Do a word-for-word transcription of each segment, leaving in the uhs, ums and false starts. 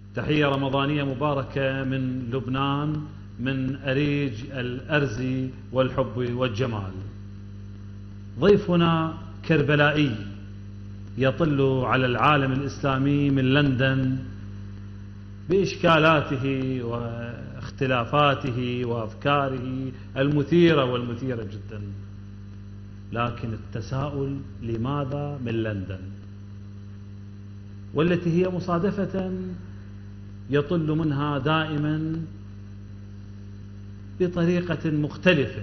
تحية رمضانية مباركة من لبنان، من أريج الأرزي والحب والجمال. ضيفنا كربلائي يطل على العالم الإسلامي من لندن بإشكالاته واختلافاته وأفكاره المثيرة والمثيرة جدا، لكن التساؤل لماذا من لندن، والتي هي مصادفة يطل منها دائما بطريقة مختلفة،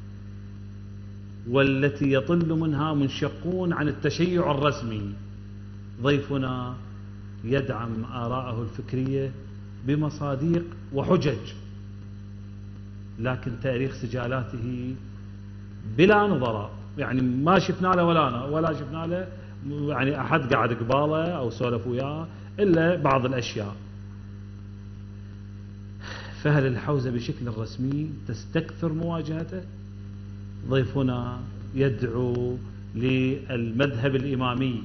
والتي يطل منها منشقون عن التشيع الرسمي. ضيفنا يدعم آراءه الفكرية بمصادق وحجج، لكن تاريخ سجالاته بلا نظراء، يعني ما شفنا له ولا ولا شفنا له يعني أحد قاعد قباله أو سولف وياه إلا بعض الأشياء. فهل الحوزة بشكل رسمي تستكثر مواجهته؟ ضيفنا يدعو للمذهب الإمامي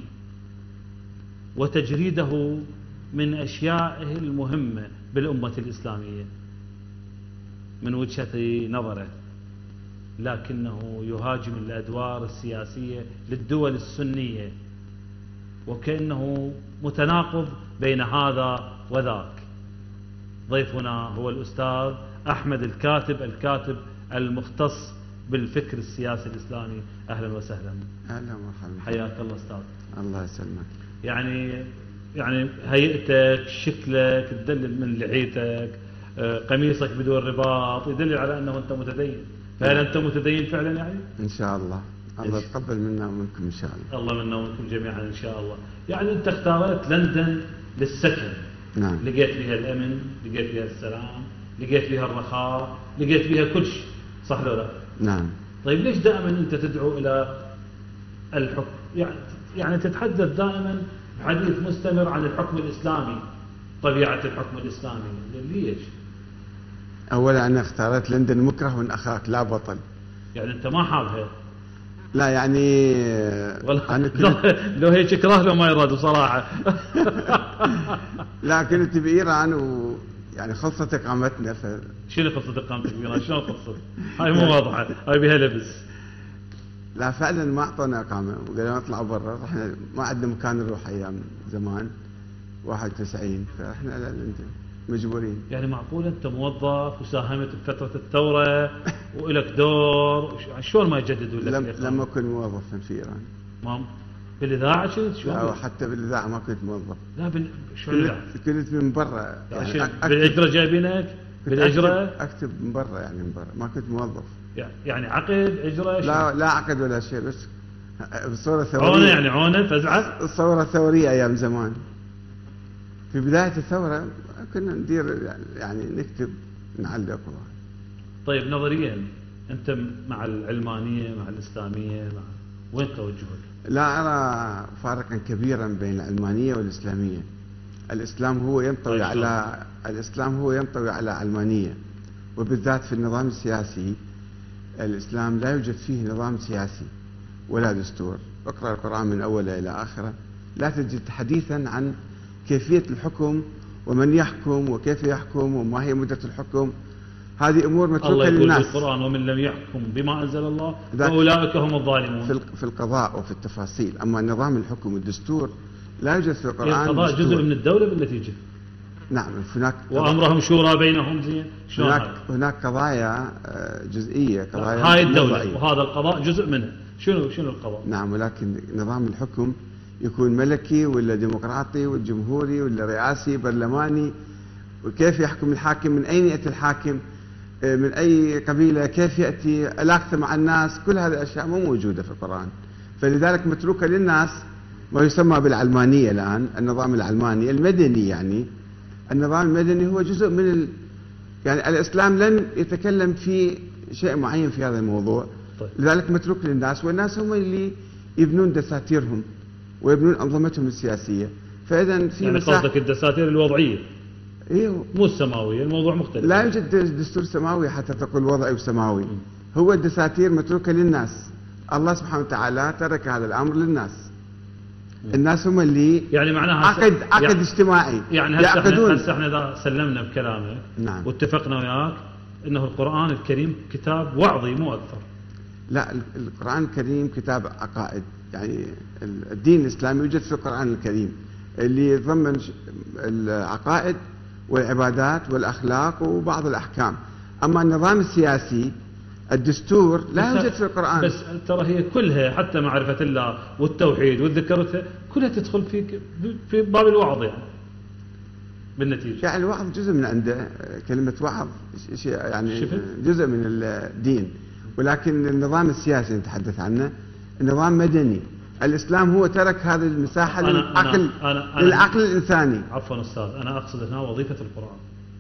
وتجريده من أشيائه المهمة بالأمة الإسلامية من وجهة نظره، لكنه يهاجم الأدوار السياسية للدول السنية، وكأنه متناقض بين هذا وذاك. ضيفنا هو الأستاذ أحمد الكاتب، الكاتب المختص بالفكر السياسي الإسلامي. أهلا وسهلا. أهلا ومرحبا. حياك الله أستاذ. الله يسلمك. يعني يعني هيئتك، شكلك تدلل من لحيتك، قميصك بدون رباط يدلل على أنه أنت متدين. فهل أنت متدين فعلا يعني؟ إن شاء الله. الله يتقبل منا ومنكم إن شاء الله. الله منا ومنكم جميعا إن شاء الله. يعني أنت اختارت لندن للسكن. نعم. لقيت فيها الأمن، لقيت فيها السلام، لقيت فيها الرخاء، لقيت فيها كل شيء، صح لو لا؟ نعم. طيب ليش دائما أنت تدعو إلى الحكم؟ يعني يعني تتحدث دائما حديث مستمر عن الحكم الإسلامي، طبيعة الحكم الإسلامي، ليش؟ أولا أنا اختارت لندن مكره من أخاك لا بطل. يعني أنت ما حابها؟ لا يعني أنا كنت لو هيك اكره له ما يراد بصراحة. لا كنت بإيران ويعني خلصت إقامتنا. ف... شنو خلصت إقامتك بإيران؟ شلون خلصت؟ هاي مو واضحة، هاي بها لبس. لا فعلا ما أعطونا إقامة وقالوا نطلع برا، احنا ما عندنا مكان نروح أيام زمان واحد وتسعين، فاحنا لندن مجبورين. يعني معقول أنت موظف وساهمت بفترة الثورة وإلك دور، شلون ما يجددوا لك؟ لم لما كنت موظفا في إيران. ما بالإذاعة كنت؟ شلون؟ لا حتى بالإذاعة ما كنت موظف. لا بال... شلون الإذاعة؟ كنت من برا يعني بالأجرة جايبينك؟ بالأجرة؟ أكتب, أكتب من برا، يعني من برا ما كنت موظف. يعني عقد أجرة؟ لا لا عقد ولا شيء، بس بصورة ثورية. عونة يعني عونة فزعة؟ الثورة ثورية أيام زمان. في بداية الثورة كنا ندير يعني نكتب نعلق. طيب نظريا أنت مع العلمانية مع الإسلامية مع وين توجهك؟ لا أرى فارقا كبيرا بين العلمانية والإسلامية. الإسلام هو ينطوي طيب على الإسلام هو ينطوي على علمانية، وبالذات في النظام السياسي. الإسلام لا يوجد فيه نظام سياسي ولا دستور. اقرأ القرآن من أوله إلى آخره لا تجد حديثا عن كيفية الحكم ومن يحكم وكيف يحكم وما هي مدة الحكم. هذه أمور متروكة للناس. الله يقول في القرآن ومن لم يحكم بما أنزل الله فأولئك هم الظالمون في القضاء وفي التفاصيل. أما نظام الحكم والدستور لا يوجد في القرآن. القضاء جزء من الدولة بالنتيجة. نعم هناك وأمرهم شورى بينهم زين. هناك هذا؟ هناك قضايا جزئية، قضايا هاي الدولة وهذا القضاء جزء منها. شنو شنو القضاء؟ نعم ولكن نظام الحكم يكون ملكي ولا ديمقراطي ولا جمهوري ولا رئاسي برلماني، وكيف يحكم الحاكم، من أين يأتي الحاكم، من أي قبيلة، كيف يأتي، علاقته مع الناس، كل هذه الأشياء مو موجودة في القرآن. فلذلك متروكة للناس ما يسمى بالعلمانية الآن، النظام العلماني المدني. يعني النظام المدني هو جزء من ال... يعني الإسلام لن يتكلم في شيء معين في هذا الموضوع. طيب. لذلك متروك للناس، والناس هم اللي يبنون دساتيرهم ويبنون أنظمتهم السياسية. فإذا في يعني مساحة. قصدك الدساتير الوضعية؟ ايوه مو السماوية، الموضوع مختلف. لا يوجد دستور سماوي حتى تقول وضعي وسماوي. م. هو الدساتير متروكة للناس. الله سبحانه وتعالى ترك هذا الأمر للناس. الناس هم اللي يعني معناها عقد عقد يعني اجتماعي يعني هسه يعقدون. احنا هسه احنا اذا سلمنا بكلامك نعم. واتفقنا وياك انه القرآن الكريم كتاب وعظي مو اكثر. لا، القرآن الكريم كتاب عقائد، يعني الدين الإسلامي يوجد في القرآن الكريم اللي يتضمن العقائد والعبادات والأخلاق وبعض الأحكام. أما النظام السياسي الدستور لا يوجد في القرآن. بس ترى هي كلها حتى معرفة الله والتوحيد والذكر كلها تدخل في في باب الوعظ يعني بالنتيجة. يعني الوعظ جزء من عنده، كلمة وعظ شيء يعني شفت؟ جزء من الدين، ولكن النظام السياسي نتحدث عنه النظام مدني. الإسلام هو ترك هذه المساحة للعقل أنا أنا للعقل الإنساني. عفوا أستاذ، أنا أقصد هنا وظيفة القرآن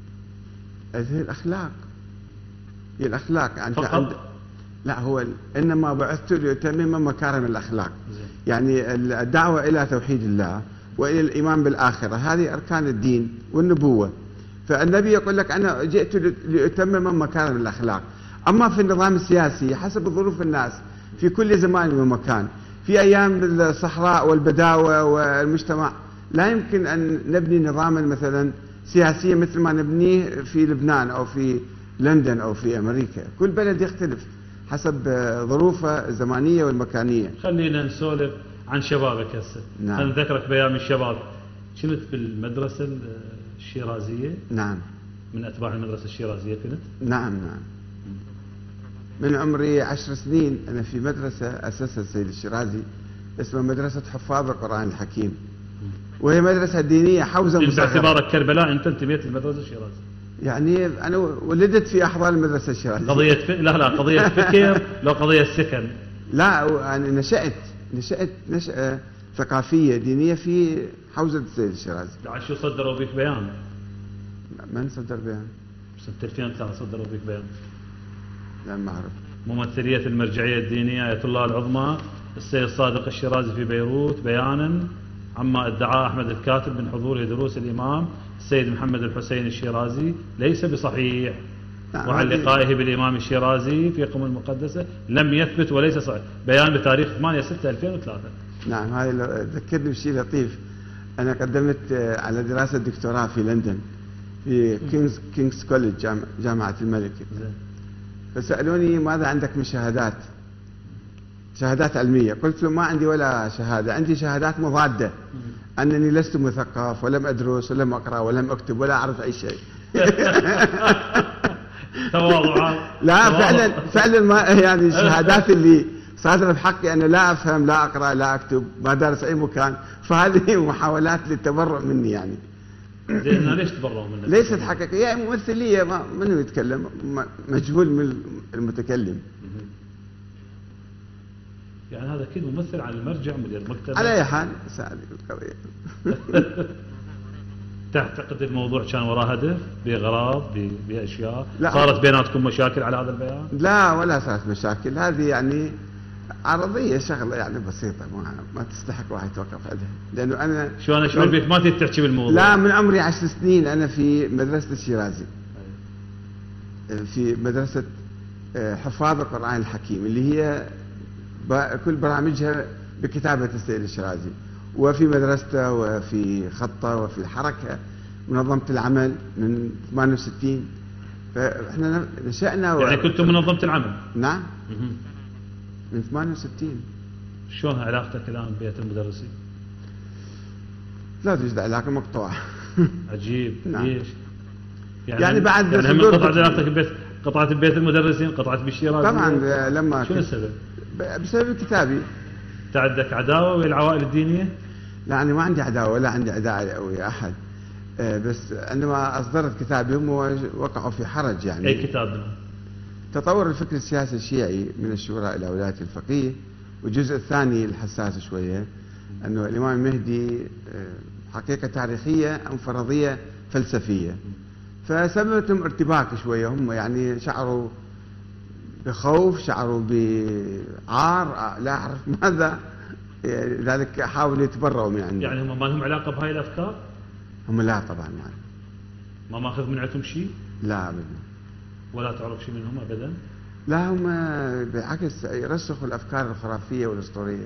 هذه الأخلاق، هي الأخلاق يعني فقط؟ عند... لا، هو إنما بعثت لأتمم مكارم الأخلاق. زي. يعني الدعوة إلى توحيد الله وإلى الإيمان بالآخرة، هذه أركان الدين والنبوة. فالنبي يقول لك أنا جئت لأتمم مكارم الأخلاق. أما في النظام السياسي حسب ظروف الناس في كل زمان ومكان، في أيام الصحراء والبداوة والمجتمع لا يمكن أن نبني نظاما مثلا سياسيا مثل ما نبنيه في لبنان أو في لندن أو في أمريكا. كل بلد يختلف حسب ظروفه الزمانية والمكانية. خلينا نسولف عن شبابك هسه. نعم. أنا ذكرك بأيام الشباب كنت بالمدرسة الشيرازية. نعم. من أتباع المدرسة الشيرازية كنت؟ نعم نعم. من عمري عشر سنين أنا في مدرسة أسسها السيد الشيرازي اسمها مدرسة حفاظ القرآن الحكيم، وهي مدرسة دينية حوزة أنت مصغرة. باعتبارك كربلاء أنت انتميت للمدرسة الشيرازية. يعني أنا ولدت في أحضان المدرسة الشيرازية. قضية ف... لا لا قضية فكر لو قضية سكن. لا، أنا نشأت نشأت نشأة ثقافية دينية في حوزة السيد الشيرازي. بعد شو صدروا بك بيان؟ من صدر بيان؟ سنة ألفين وثلاثة صدروا بك بيان. لا ما أعرف. ممثلية المرجعية الدينية آية الله العظمى السيد صادق الشيرازي في بيروت بيانا عما ادعاه أحمد الكاتب من حضوره دروس الإمام السيد محمد الحسين الشيرازي ليس بصحيح. نعم. وعن لقائه بالإمام الشيرازي في قم المقدسة لم يثبت وليس صحيح. بيان بتاريخ ثمانية ستة ألفين وثلاثة. نعم، هاي ذكرني بشيء لطيف. أنا قدمت على دراسة دكتوراه في لندن في كينغز كينغز كوليج جامعة, جامعة الملك. فسألوني ماذا عندك من شهادات شهادات علمية؟ قلت له ما عندي ولا شهادة، عندي شهادات مضادة أنني لست مثقف ولم أدرس ولم أقرأ ولم أكتب ولا أعرف أي شيء. تواضع. لا فعلا فعلا ما يعني الشهادات اللي صادرة بحقي أنا لا أفهم لا أقرأ لا أكتب ما دارس أي مكان، فهذه محاولات للتبرع مني يعني. زين ليش تبرعوا منك؟ ليست حقيقية، هي ممثلية، ما منو يتكلم، مجهول من المتكلم. يعني هذا أكيد ممثل عن المرجع مدير مكتب. على أي حال سألي القضية. تعتقد الموضوع كان وراه هدف بأغراض بأشياء؟ لا. صارت بيناتكم مشاكل على هذا البيان؟ لا ولا صارت مشاكل، هذه يعني عرضية شغلة يعني بسيطة ما ما تستحق واحد يتوقف عليها، لأنه أنا شو أنا أشعر بك ما تحكي بالموضوع. لا، من عمري عشر سنين أنا في مدرسة الشيرازي في مدرسة حفاظ القرآن الحكيم اللي هي كل برامجها بكتابة السيد الشيرازي، وفي مدرسته وفي خطه وفي الحركة منظمة العمل من ثمانية وستين. فإحنا نشأنا يعني و... كنتم منظمة العمل؟ نعم من ثمانية وستين. شلون علاقتك الآن ببيت المدرسين؟ لا توجد علاقة مقطوعة. عجيب. نعم. ليش؟ يعني, يعني بعد يعني من قطعت علاقتك ببيت قطعت ببيت المدرسين قطعت بالشيرازي؟ طبعا. لما شنو السبب؟ بسبب كتابي. عندك عداوة ويا العوائل الدينية؟ لا أنا ما عندي عداوة ولا عندي عداوة ويا أحد، بس عندما أصدرت كتابي هم وقعوا في حرج. يعني أي كتاب؟ تطور الفكر السياسي الشيعي من الشورى إلى ولاية الفقيه، والجزء الثاني الحساس شوية أنه الإمام المهدي حقيقة تاريخية أم فرضية فلسفية، فسببتهم ارتباك شوية. هم يعني شعروا بخوف، شعروا بعار، لا أعرف ماذا، لذلك حاولوا يتبرؤوا من عندهم. يعني هم ما لهم علاقة بهاي الأفكار؟ هم لا طبعا يعني ما ماخذ من عندهم شيء؟ لا أبدا. ولا تعرف شيء منهم أبدا؟ لا هم بالعكس يرسخوا الأفكار الخرافية والأسطورية.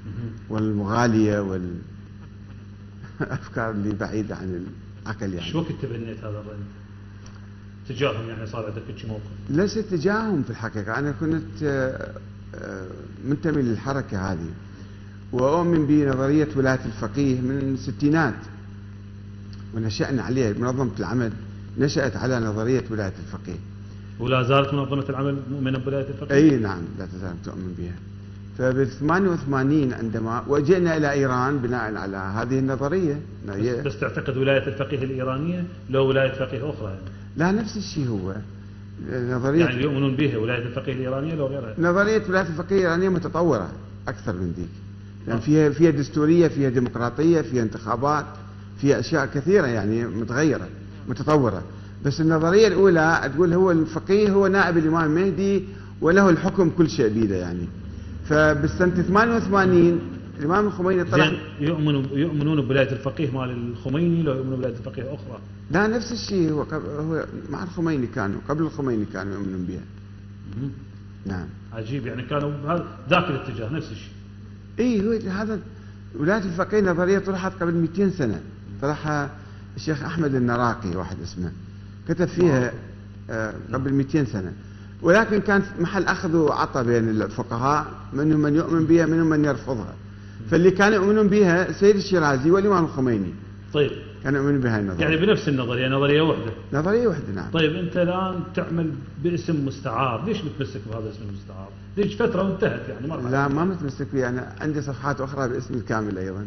والمغالية والأفكار اللي بعيدة عن العقل يعني. شو وقت تبنيت هذا الرأي تجاههم؟ يعني صار عندك شي موقف؟ ليس تجاههم في الحقيقة، أنا كنت منتمي للحركة هذه وأؤمن بنظرية ولاية الفقيه من الستينات، ونشأنا عليها. منظمة العمل نشأت على نظرية ولاية الفقيه. ولا زالت منظمة العمل مؤمنة بولاية الفقيه؟ أي نعم، لا تزال تؤمن بها. فبال ثمانية وثمانين عندما وجئنا إلى إيران بناء على هذه النظرية. بس, بس تعتقد ولاية الفقيه الإيرانية لو ولاية فقيه أخرى يعني؟ لا، نفس الشيء هو نظرية، يعني يؤمنون بها ولاية الفقيه الإيرانية لو غيرها؟ نظرية ولاية الفقيه الإيرانية متطورة أكثر من ذيك، يعني فيها فيها دستورية، فيها ديمقراطية، فيها انتخابات، فيها أشياء كثيرة يعني متغيرة متطورة. بس النظرية الأولى تقول هو الفقيه هو نائب الإمام المهدي وله الحكم كل شيء بيده يعني. فبالسنة ثمانية وثمانين الإمام الخميني طلع. يؤمنون يؤمنون بولاية الفقيه مال الخميني لو يؤمنون بولاية الفقيه أخرى؟ لا، نفس الشيء. هو هو مع الخميني، كانوا قبل الخميني كانوا يؤمنون بها. نعم. عجيب، يعني كانوا ذاك الاتجاه نفس الشيء. اي هو هذا ولاية الفقيه نظرية طرحت قبل مئتين سنة، طرحها الشيخ أحمد النراقي واحد اسمه، كتب فيها آه قبل مئتين سنة، ولكن كان محل أخذ وعطى بين الفقهاء، منهم من يؤمن بها منهم من يرفضها. فاللي كانوا يؤمنون بها سيد الشيرازي والإمام الخميني. طيب، كانوا يؤمنون بها النظرية، يعني بنفس النظرية، نظرية واحدة. نظرية واحدة نعم. طيب أنت الآن تعمل باسم مستعار، ليش متمسك بهذا الاسم المستعار؟ ليش فترة وانتهت يعني مرة؟ لا، ما متمسك فيها، أنا عندي صفحات أخرى باسم الكامل أيضا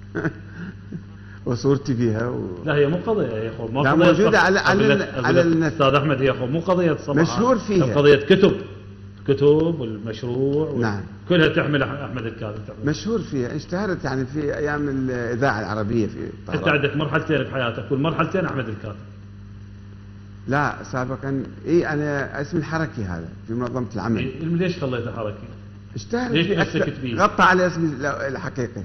وصورتي فيها و... لا، هي مو قضية يا أخو، لا موجودة على على على النت. أستاذ أحمد يا أخو، مو قضية صفحات، مشهور فيها، قضية كتب كتب والمشروع نعم، كلها تحمل أحمد الكاظم. مشهور فيها، اشتهرت يعني في أيام الإذاعة العربية في طهران. أنت عندك مرحلتين بحياتك، والمرحلتين أحمد الكاظم. لا سابقا، اي أنا اسمي الحركي هذا في منظمة العمل. إيه، ليش خليته حركي؟ اشتهرت ليش فيه مسكت أكثر، بيه؟ غطى على اسمي الحقيقي.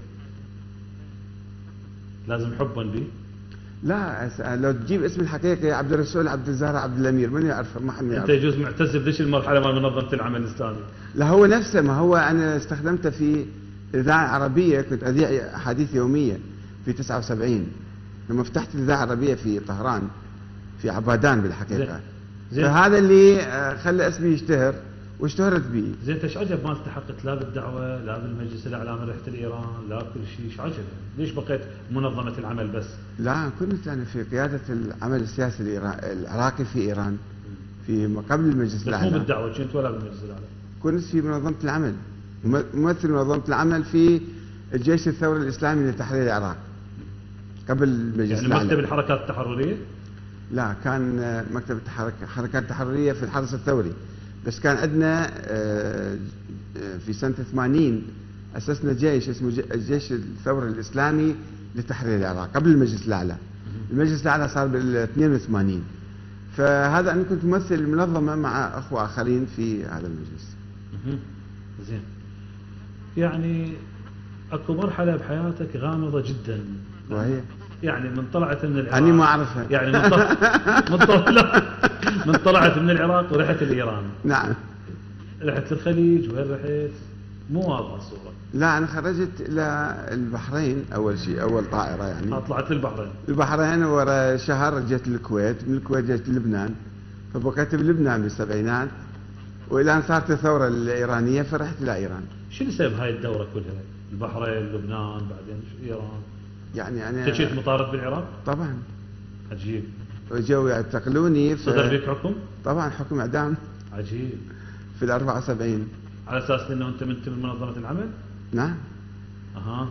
لازم حبا بي؟ لا، لو تجيب اسم الحقيقي عبد الرسول عبد الزهراء عبد الأمير، من يعرفه؟ ما حد يعرفه. أنت يجوز معتز بذيش المرحلة مال منظمة العمل الإسلامي؟ لا، هو نفسه، ما هو أنا استخدمته في الإذاعة العربية، كنت أذيع أحاديث يومية في تسعة وسبعين لما فتحت الإذاعة العربية في طهران، في عبادان بالحقيقة. زين. فهذا اللي خلى اسمي يشتهر واشتهرت به. زين، انت ايش عجب ما التحقت لا بالدعوه لا بالمجلس الاعلامي رحت لايران لا كل شيء؟ ايش عجب؟ ليش بقيت منظمه العمل بس؟ لا، كنت انا في قياده العمل السياسي العراقي في ايران في قبل المجلس الاعلامي. بس مو بالدعوه كنت ولا بالمجلس الاعلامي؟ كنت في منظمه العمل، ممثل منظمه العمل في الجيش الثوري الاسلامي لتحرير العراق قبل المجلس يعني الاعلامي. مكتب الحركات التحرريه؟ لا، كان مكتب الحركات التحرريه في الحرس الثوري، بس كان عندنا في سنة ثمانين أسسنا جيش اسمه الجيش الثوري الإسلامي لتحرير العراق قبل المجلس الأعلى. المجلس الأعلى صار بال اثنين وثمانين، فهذا أنا كنت ممثل المنظمة مع أخوة آخرين في هذا المجلس. زين، يعني أكو مرحلة بحياتك غامضة جدا، وهي يعني من طلعت من العراق، أنا ما أعرفها، يعني من طلعت من طلعت من طلعت من العراق ورحت لإيران. نعم. رحت للخليج، وين رحت؟ مو واضحة الصورة. لا، أنا خرجت إلى البحرين أول شيء، أول طائرة يعني. طلعت للبحرين. البحرين، ورا شهر جيت الكويت، من الكويت جيت لبنان، فبقيت بلبنان بالسبعينات، وإلى أن صارت الثورة الإيرانية فرحت إلى إيران. شنو سبب هاي الدورة كلها؟ البحرين، لبنان، بعدين إيران. يعني أنا أنت كنت مطارد بالعراق؟ طبعا. عجيب. وجو يعتقلوني. صدر بك حكم؟ طبعا، حكم إعدام. عجيب. في الأربعة وسبعين. على أساس أنه أنت منتمي لمنظمة العمل؟ نعم. أها.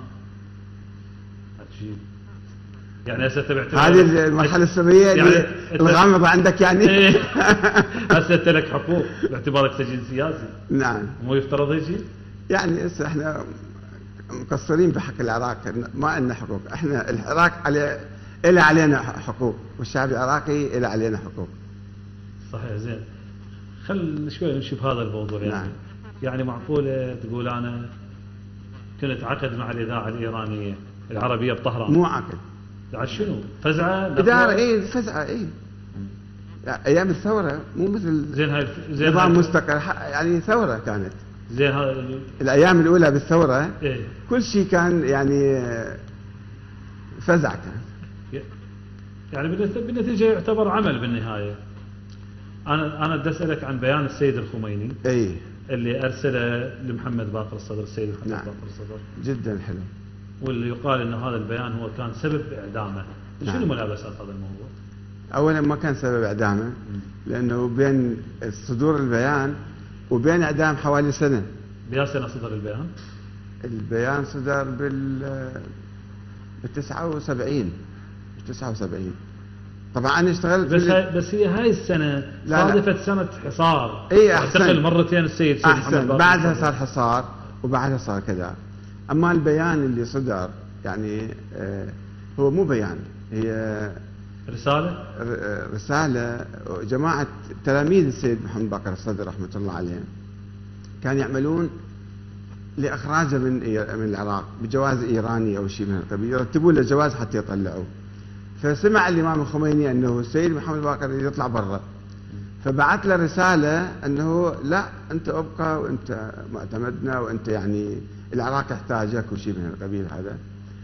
عجيب. يعني هسه تبعت هذه المرحلة السرية يعني الغامضة عندك يعني. إيه. هسه أنت لك حقوق باعتبارك سجين سياسي. نعم. مو يفترض هيك؟ يعني هسه احنا مقصرين بحق العراق، ما عندنا حقوق، احنا العراق عليه إلى علينا حقوق، والشعب العراقي إلى علينا حقوق. صحيح. زين، خل شوي نشوف هذا الموضوع. يعني نعم. يعني معقولة تقول أنا كنت عقد مع الإذاعة الإيرانية العربية بطهران؟ مو عقد. على شنو؟ فزعة؟ إدارة. إيه، فزعة. إيه، أيام الثورة، مو مثل زين هاي زين نظام مستقر، يعني ثورة كانت. زين هذا الايام الاولى بالثوره إيه؟ كل شيء كان يعني فزع كان. يعني بالنتيجه يعتبر عمل بالنهايه. انا انا بدي اسالك عن بيان السيد الخميني اي اللي ارسله لمحمد باقر الصدر، السيد محمد نعم. باقر الصدر، جدا حلو. واللي يقال انه هذا البيان هو كان سبب اعدامه. نعم. شنو ملابسات هذا الموضوع؟ اولا ما كان سبب اعدامه، لانه بين صدور البيان وبين اعدام حوالي سنه. بأي سنه صدر البيان؟ البيان صدر بال بال تسعة وسبعين تسعة وسبعين. طبعا انا اشتغلت بس هاي بس هي هاي السنه صادفت سنه حصار. اي احسن. اعتقل مرتين السيد سيد احسن، بعدها صار حصار وبعدها صار كذا. اما البيان اللي صدر يعني آه هو مو بيان، هي رساله رساله جماعه تلاميذ السيد محمد باقر الصدر رحمه الله عليه كانوا يعملون لاخراجه من من العراق بجواز ايراني او شيء من القبيل، يرتبون له جواز حتى يطلعوه. فسمع الامام الخميني انه السيد محمد باقر يطلع برا، فبعث له رساله انه لا انت ابقى وانت معتمدنا وانت يعني العراق يحتاجك وشيء من القبيل هذا.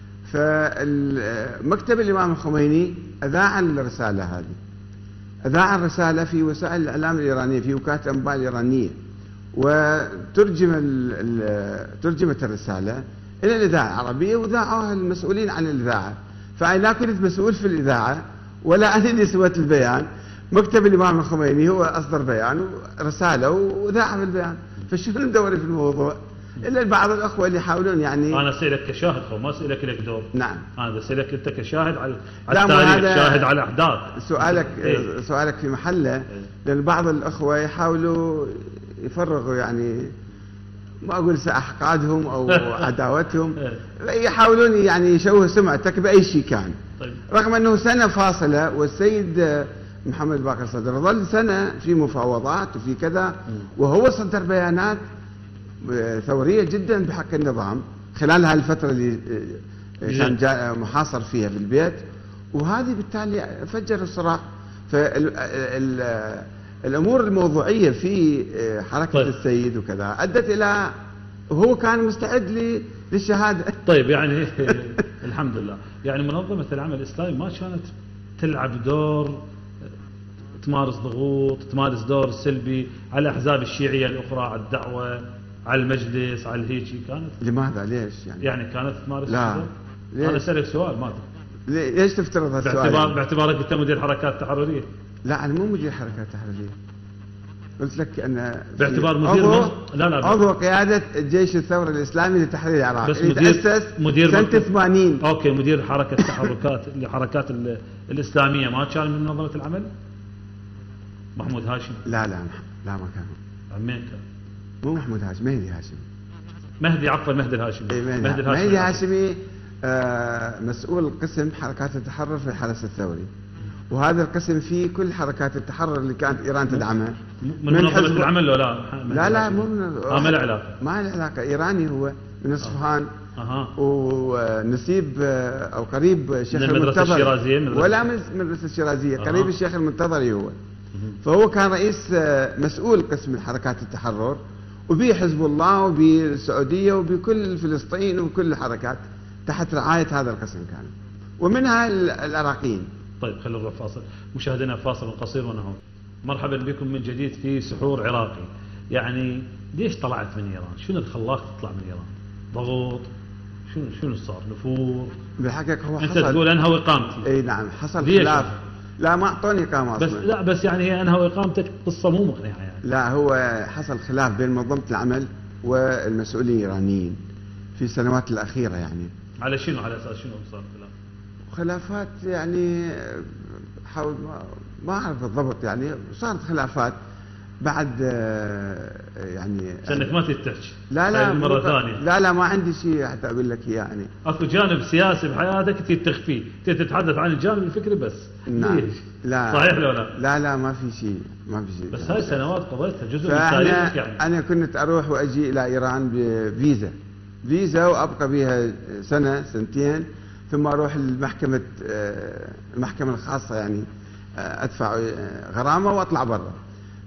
فمكتب الامام الخميني اذاع الرساله هذه، اذاع الرساله في وسائل الاعلام الايرانيه، في وكالات الانباء الايرانيه، وترجم ترجمت الرساله الى الاذاعه العربيه وذاعوها المسؤولين عن الاذاعه. فانا لا كنت مسؤول في الاذاعه ولا انا اللي سويت البيان، مكتب الامام الخميني هو اصدر بيان ورساله وذاع البيان. فشو ندوري في الموضوع؟ الا بعض الاخوه اللي يحاولون يعني. انا اسالك كشاهد خو ما اسالك لك دور. نعم. انا اسالك انت كشاهد على التاريخ، شاهد على الاحداث. سؤالك إيه؟ سؤالك في محله. إيه؟ لان بعض الاخوه يحاولوا يفرغوا يعني ما اقول احقادهم او عداوتهم، يحاولون يعني يشوهوا سمعتك باي شيء كان. طيب. رغم انه سنه فاصله والسيد محمد باقر الصدر ظل سنه في مفاوضات وفي كذا، وهو صدر بيانات ثوريه جدا بحق النظام خلال هالفتره اللي كان جاء محاصر فيها في البيت، وهذه بالتالي فجر الصراع. فالامور الموضوعيه في حركه طيب. السيد وكذا ادت الى وهو كان مستعد للشهاده. طيب يعني الحمد لله، يعني منظمه العمل الاسلامي ما كانت تلعب دور، تمارس ضغوط، تمارس دور سلبي على الاحزاب الشيعيه الاخرى، على الدعوه، على المجلس، على الهيجي كانت؟ لماذا؟ ليش يعني؟ يعني كانت تمارس؟ لا ليش؟ انا اسالك سؤال ما ادري. ليش تفترض هالسؤال؟ باعتبار يعني؟ باعتبارك انت مدير حركات تحرريه. لا انا مو مدير حركات تحرريه. قلت لك ان باعتبار مدير عضو من... لا لا عضو قياده الجيش الثوري الاسلامي لتحرير العراق، بس اللي تاسس مدير سنه ثمانين. اوكي، مدير حركه تحركات الحركات الاسلاميه ما كان من منظمه العمل؟ محمود هاشم؟ لا لا لا ما كان. مين كان؟ مو محمود هاشم، مهدي هاشمي. مهدي عفوا مهدي الهاشمي. إيه مهدي, مهدي الهاشمي, مهدي هاشمي آه مسؤول قسم حركات التحرر في الحرس الثوري، وهذا القسم فيه كل حركات التحرر اللي كانت ايران تدعمها. من, من منظمه العمل ولا لا؟ لا لا مو من آه ما له علاقه. ما له علاقه، ايراني هو من اصفهان. اها. ونسيب او قريب الشيخ المنتظري. الشيرازيه ولا من المدرسه الشيرازيه، قريب الشيخ المنتظري هو. فهو كان رئيس مسؤول قسم حركات التحرر، وبي حزب الله وبي السعوديه وبكل فلسطين وكل الحركات تحت رعايه هذا القسم كان، ومنها العراقيين. طيب خلينا نروح فاصل، مشاهدينا فاصل قصير ونعود. مرحبا بكم من جديد في سحور عراقي. يعني ليش طلعت من ايران؟ شنو اللي خلاك تطلع من ايران؟ ضغوط؟ شنو شنو صار؟ نفور؟ بالحقيقه هو انت حصل. تقول انهوا اقامتي. اي نعم حصل خلاف. لا ما اعطوني اقامه بس اصلا. لا بس يعني هي انهوا اقامتك قصه مو مقنعه يعني. لا هو حصل خلاف بين منظمه العمل والمسؤولين الايرانيين في السنوات الاخيره يعني. على شنو؟ على اساس شنو صار خلاف؟ خلافات يعني حول ما, ما اعرف بالضبط يعني، صارت خلافات بعد يعني. عشانك ما تحكي. لا لا مره ثانيه. لا لا ما عندي شيء حتى اقول لك اياه يعني. اكو جانب سياسي بحياتك تخفيه، تتحدث عن الجانب الفكري بس. نعم. ليش؟ لا صحيح لو لا؟ لا لا ما في شيء، ما في شيء. بس هاي سنوات قضيتها جزء من تاريخك يعني. انا كنت اروح واجي الى ايران بفيزا، فيزا وابقى بها سنه سنتين، ثم اروح المحكمه المحكمه الخاصه يعني ادفع غرامه واطلع برا.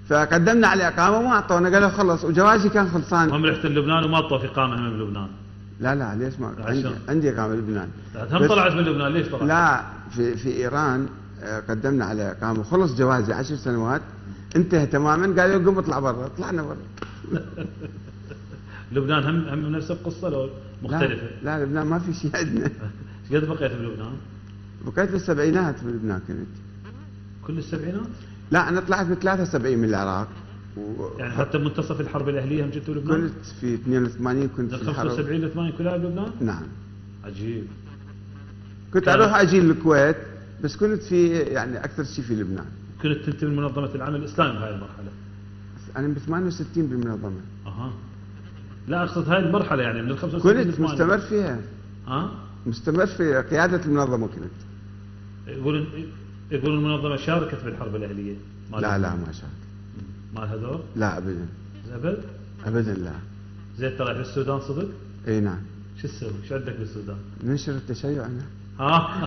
فقدمنا على اقامه وما اعطونا، قالوا خلص وجوازي كان خلصان. هم رحت لبنان وما اعطوك اقامه هم بلبنان؟ لا لا ليش ما عندي, عندي اقامه بلبنان. هم طلعت من لبنان ليش طلعت؟ لا في في ايران قدمنا على اقامه خلص جوازي عشر سنوات انتهى تماما، قالوا قوم اطلع برا، طلعنا برا. لبنان هم هم نفس القصه لو مختلفه؟ لا, لا لبنان ما في شيء عندنا. ايش قد بقيت بلبنان؟ بقيت بالسبعينات بلبنان كنت. كل السبعينات؟ لا انا طلعت ب ثلاثة وسبعين من العراق و... يعني حتى منتصف الحرب الاهليه هم جيتوا لبنان؟ كنت في اثنين وثمانين كنت في الحرب. خمسة وسبعين ل ثمانين كلها بلبنان؟ نعم. عجيب. كنت كان... اروح اجي للكويت بس كنت في يعني اكثر شيء في لبنان. كنت تنتمي لمنظمه العمل الاسلامي بهاي المرحله؟ انا ب ثمانية وستين بالمنظمه. اها. لا اقصد هاي المرحله يعني من ال خمسة وستين كنت مستمر فيها. ها؟ مستمر في قياده المنظمه كنت. يقولون يقولون المنظمه شاركت بالحرب الاهليه؟ لا لا ما شاركت. ما لها دور؟ لا ابدا. ابد؟ ابدا لا. زين طلع في السودان صدق؟ اي نعم. شو تسوي؟ شو عندك بالسودان؟ ننشر التشيع انا. ها؟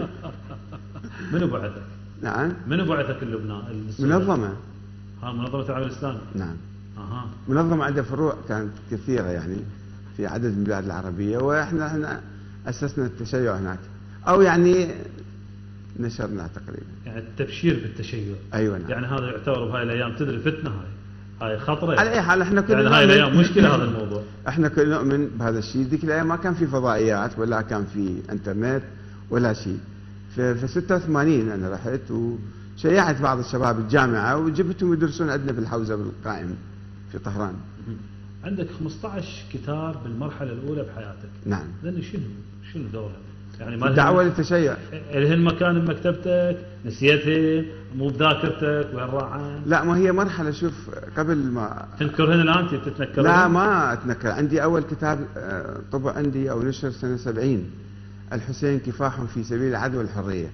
منو بعثك؟ نعم. منو بعثك للبنان؟ منظمه. ها منظمه العمل الاسلامي؟ نعم. اها. منظمه عندها فروع كانت كثيره يعني في عدد من البلاد العربيه، واحنا احنا اسسنا التشيع هناك او يعني نشرنا تقريبا. يعني التبشير بالتشيع. ايوه نعم. يعني هذا يعتبر بهاي الايام تدري فتنه هاي. هاي خطره. على اي حال احنا كلنا يعني هاي الايام مشكله هذا الموضوع. احنا كلنا نؤمن بهذا الشيء، ذيك الايام ما كان في فضائيات ولا كان في انترنت ولا شيء. في ستة وثمانين انا رحت وشيعت بعض الشباب الجامعه وجبتهم يدرسون عندنا في الحوزه بالقائم في طهران. عندك خمسة عشر كتاب بالمرحله الاولى بحياتك. نعم. لان شنو شنو دورها؟ يعني ما الدعوه للتشيع. الهن مكان بمكتبتك، نسيتهن، مو بذاكرتك، وين راحن؟ لا ما هي مرحله شوف قبل ما تنكرهن الان تتنكرهن؟ لا ما اتنكر، عندي اول كتاب طبع عندي او نشر سنه سبعين، الحسين كفاح في سبيل العدل والحريه.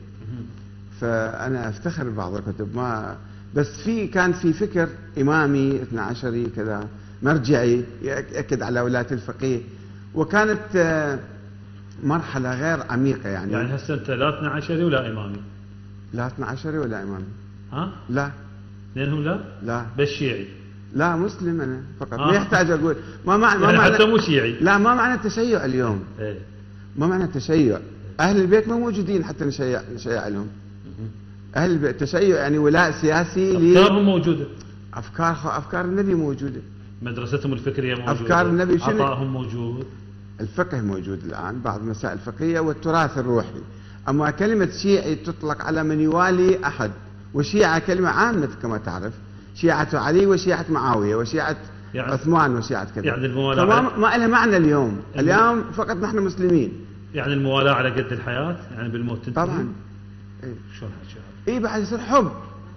فانا افتخر ببعض الكتب، ما بس في كان في فكر امامي اثنا عشري كذا مرجعي ياكد على ولايه الفقيه، وكانت مرحله غير عميقه يعني. يعني هسه انت لا اثنا عشري ولا امامي؟ لا اثنا عشري ولا امامي. ها؟ لا. اثنينهم لا؟ لا. بس شيعي؟ لا مسلم انا فقط. آه. ما يحتاج اقول ما معنى يعني ما معنى حتى مو شيعي. لا ما معنى التشيع اليوم. ايه. ما معنى التشيع؟ اهل البيت ما موجودين حتى نشيع نشيع لهم. اهل البيت التشيع يعني ولاء سياسي. افكارهم موجوده. افكار افكار النبي موجوده. مدرستهم الفكريه موجوده. افكار النبي شنو؟ عطائهم موجود. الفقه موجود الان، بعض المسائل الفقهيه والتراث الروحي. اما كلمه شيعي تطلق على من يوالي احد، وشيعه كلمه عامه كما تعرف، شيعه علي وشيعه معاويه وشيعه يعني عثمان وشيعه كذا. يعني الموالاه فما ما لها معنى اليوم، اليوم فقط نحن مسلمين. يعني الموالاه على قد الحياه، يعني بالموت تنتهي. طبعا. ايه شلون هالشيء؟ اي بعد يصير حب.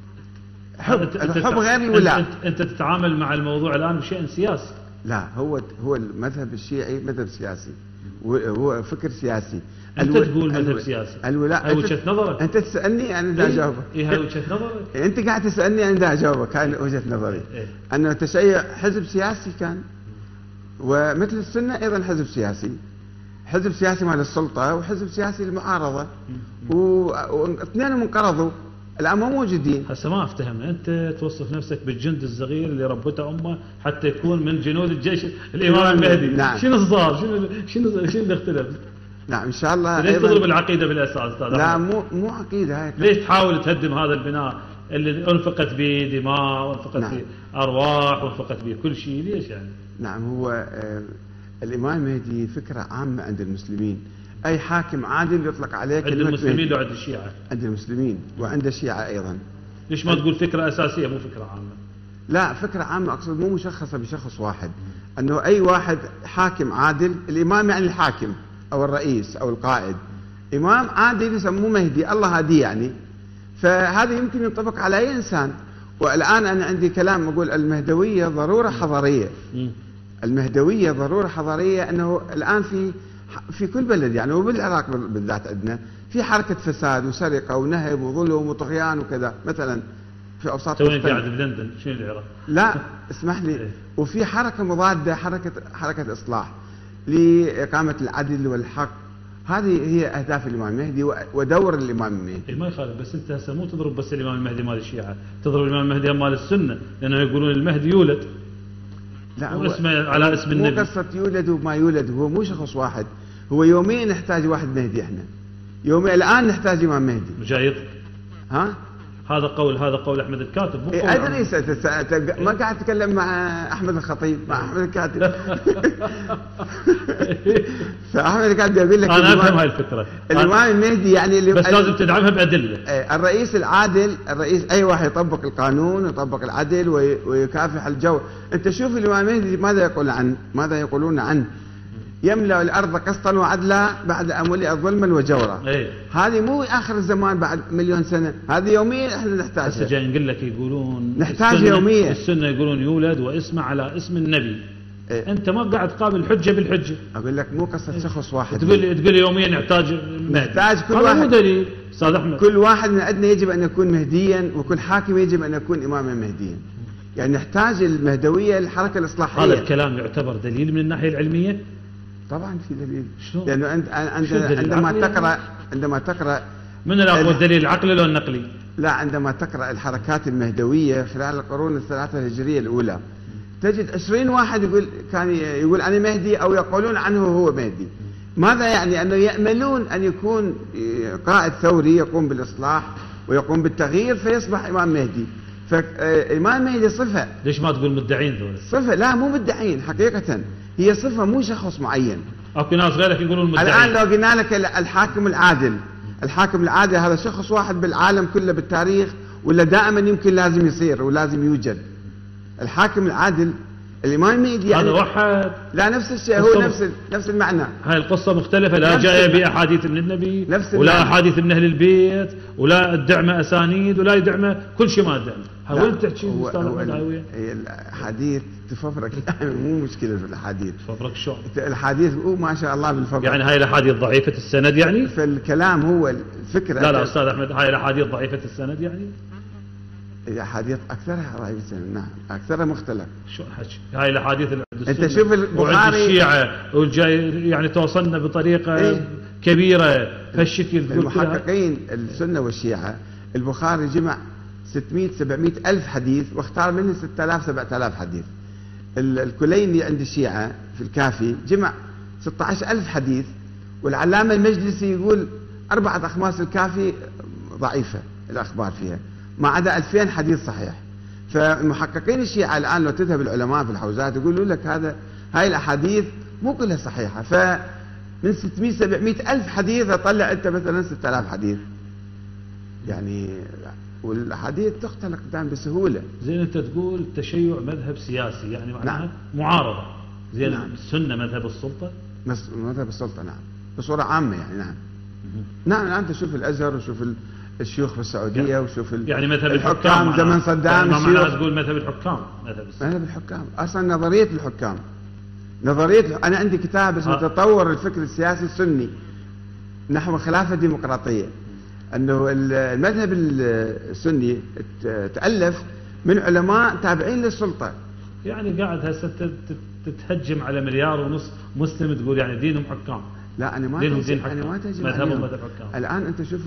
حب أنت الحب غير الولاء. انت, انت تتعامل مع الموضوع الان بشيء سياسي. لا هو هو المذهب الشيعي مذهب سياسي، هو فكر سياسي. انت الو... تقول مذهب الو... سياسي. الولاء هاي وجهه نظرك. انت تسالني انا دا اجاوبك. اي هاي وجهه نظرك. انت قاعد تسالني انا دا اجاوبك، هاي وجهه نظري. إيه؟ انه التشيع حزب سياسي كان، ومثل السنه ايضا حزب سياسي، حزب سياسي مال السلطه وحزب سياسي للمعارضه، واثنينهم انقرضوا الان ما موجودين. هسه ما افتهم، انت توصف نفسك بالجند الصغير اللي ربته امه حتى يكون من جنود الجيش الامام المهدي. نعم. شنو صار؟ شنو شنو شنو اللي اختلف؟ نعم ان شاء الله. ليش تضرب العقيده بالاساس استاذ؟ لا مو مو عقيده هاي. ليش تحاول تهدم هذا البناء اللي انفقت به دماء وانفقت نعم. به ارواح وانفقت به كل شيء؟ ليش يعني؟ نعم هو آه الامام المهدي فكره عامه عند المسلمين، اي حاكم عادل يطلق عليه كلمه عند المسلمين لو عند الشيعه؟ عند المسلمين وعند الشيعه ايضا. ليش ما تقول فكره اساسيه مو فكره عامه؟ لا فكره عامه اقصد مو مشخصه بشخص واحد، انه اي واحد حاكم عادل. الامام يعني الحاكم او الرئيس او القائد، امام عادل يسموه مهدي، الله هاديه يعني. فهذا يمكن ينطبق على اي انسان. والان انا عندي كلام اقول المهدويه ضروره حضاريه. المهدويه ضروره حضاريه، انه الان في في كل بلد يعني وبالعراق بالذات عندنا في حركه فساد وسرقه ونهب وظلم وطغيان وكذا مثلا في اوساط. توين قاعد بلندن شنو العراق؟ لا اسمح لي. وفي حركه مضاده، حركه حركه اصلاح لاقامه العدل والحق. هذه هي أهداف الإمام المهدي ودور الإمام المهدي. ما يخالف، بس أنت هسه مو تضرب بس الإمام المهدي مال الشيعة، تضرب الإمام المهدي مال السنة، لأنه يقولون المهدي يولد. لا، واسمه على اسم النبي. مو قصة يولد وما يولد، هو مو شخص واحد، هو يوميا نحتاج واحد مهدي. احنا يوميا الآن نحتاج إمام مهدي. مجايطك. ها؟ هذا قول هذا قول أحمد الكاتب مو قول. أدري، ما قاعد أتكلم مع أحمد الخطيب، مع أحمد الكاتب. فأحمد الكاتب يقول لك أنا أفهم هاي الفكرة. الإمام المهدي يعني اللي بس لازم تدعمها بأدلة. الرئيس العادل، الرئيس أي واحد يطبق القانون ويطبق العدل ويكافح الجو. أنت شوف الإمام المهدي ماذا يقول عنه، ماذا يقولون عنه. يملأ الأرض قسطا وعدلا بعد أن ملئت ظلما وجورا. ايه. هذه مو آخر الزمان بعد مليون سنة، هذه يوميا احنا نحتاجها. هسه جاي نقول لك يقولون نحتاج يوميا. السنة يقولون يولد واسمه على اسم النبي. إيه؟ أنت ما قاعد تقابل حجة بالحجة. أقول لك مو قصة شخص واحد. تقول تقول يوميا نحتاج نحتاج كل هذا واحد. مو دليل أستاذ أحمد. كل واحد من عندنا يجب أن يكون مهديا، وكل حاكم يجب أن يكون إماما مهديا. يعني نحتاج المهدوية للحركة الإصلاحية. هذا الكلام يعتبر دليل من الناحية العلمية؟ طبعا في دليل. شلون؟ لأنه أنت عندما تقرأ عندما تقرأ من الأقوى الدليل العقلي لو النقلي؟ لا، عندما تقرأ الحركات المهدوية خلال القرون الثلاثة الهجرية الأولى تجد عشرين واحد يقول كان يقول أنا مهدي أو يقولون عنه هو مهدي. ماذا يعني؟ أنه يأملون أن يكون قائد ثوري يقوم بالإصلاح ويقوم بالتغيير فيصبح إمام مهدي. فإمام مهدي صفة. ليش ما تقول مدعين ذول؟ صفة، لا مو مدعين حقيقة، هي صفة مو شخص معين. اكو ناس غيرك يقولون مدعين. الآن لو قلنا لك الحاكم العادل، الحاكم العادل هذا شخص واحد بالعالم كله بالتاريخ، ولا دائما يمكن لازم يصير ولازم يوجد الحاكم العادل؟ الإمام المهدي يعني هذا وحد. لا، نفس الشيء، هو نفس نفس المعنى. هاي القصة مختلفة، لا جاية بأحاديث من النبي ولا أحاديث من أهل البيت ولا الدعمة أسانيد ولا يدعمه كل شيء ما الدعمة. وين تحكي أستاذ أحمد؟ هي الأحاديث تفبرك مو مشكلة في الأحاديث. تفبرك شو؟ الأحاديث هو ما شاء الله بالفبرك. يعني هاي الأحاديث ضعيفة السند يعني؟ فالكلام هو الفكرة. لا لا أستاذ أحمد، هاي الأحاديث ضعيفة السند يعني؟ الأحاديث أكثرها ضعيفة السند، نعم، أكثرها مختلف. شو حكي؟ هاي الأحاديث أنت شوف البخاري الشيعة والجاي يعني توصلنا بطريقة إيه؟ كبيرة فالشكل. المحققين السنة والشيعة البخاري جمع ستمئة سبعمئة ألف حديث واختار منه ستة آلاف سبعة آلاف حديث. الكليني عند الشيعة في الكافي جمع ستة عشر ألف حديث، والعلامة المجلسي يقول أربعة أخماس الكافي ضعيفة الأخبار فيها، ما عدا ألفين حديث صحيح. فالمحققين الشيعة الآن لو تذهب العلماء في الحوزات يقولوا لك هذا هاي الأحاديث مو كلها صحيحة، فمن ستمئة سبعمئة ألف حديث أطلع أنت مثلا ستة آلاف حديث يعني، والأحاديث تختلق دائما بسهولة. زين أنت تقول التشيع مذهب سياسي يعني معناها نعم. معارضة. زين نعم. السنة مذهب السلطة؟ مذهب السلطة نعم، بصورة عامة يعني. نعم نعم الآن تشوف الأزهر وشوف الشيوخ في السعودية يعني وشوف يعني مذهب الحكام, الحكام زمن صدام. يعني ما تقول مذهب الحكام، مذهب السنة. مذهب الحكام أصلا نظرية الحكام، نظرية. أنا عندي كتاب اسمه آه. تطور الفكر السياسي السني نحو الخلافة الديمقراطية، أنه المذهب السني تألف من علماء تابعين للسلطة. يعني قاعد هسه تتهجم على مليار ونص مسلم تقول يعني دينهم حكام. لا أنا ما دين أنا ما تهجم مذهبهم مذهب حكام. الآن أنت شوف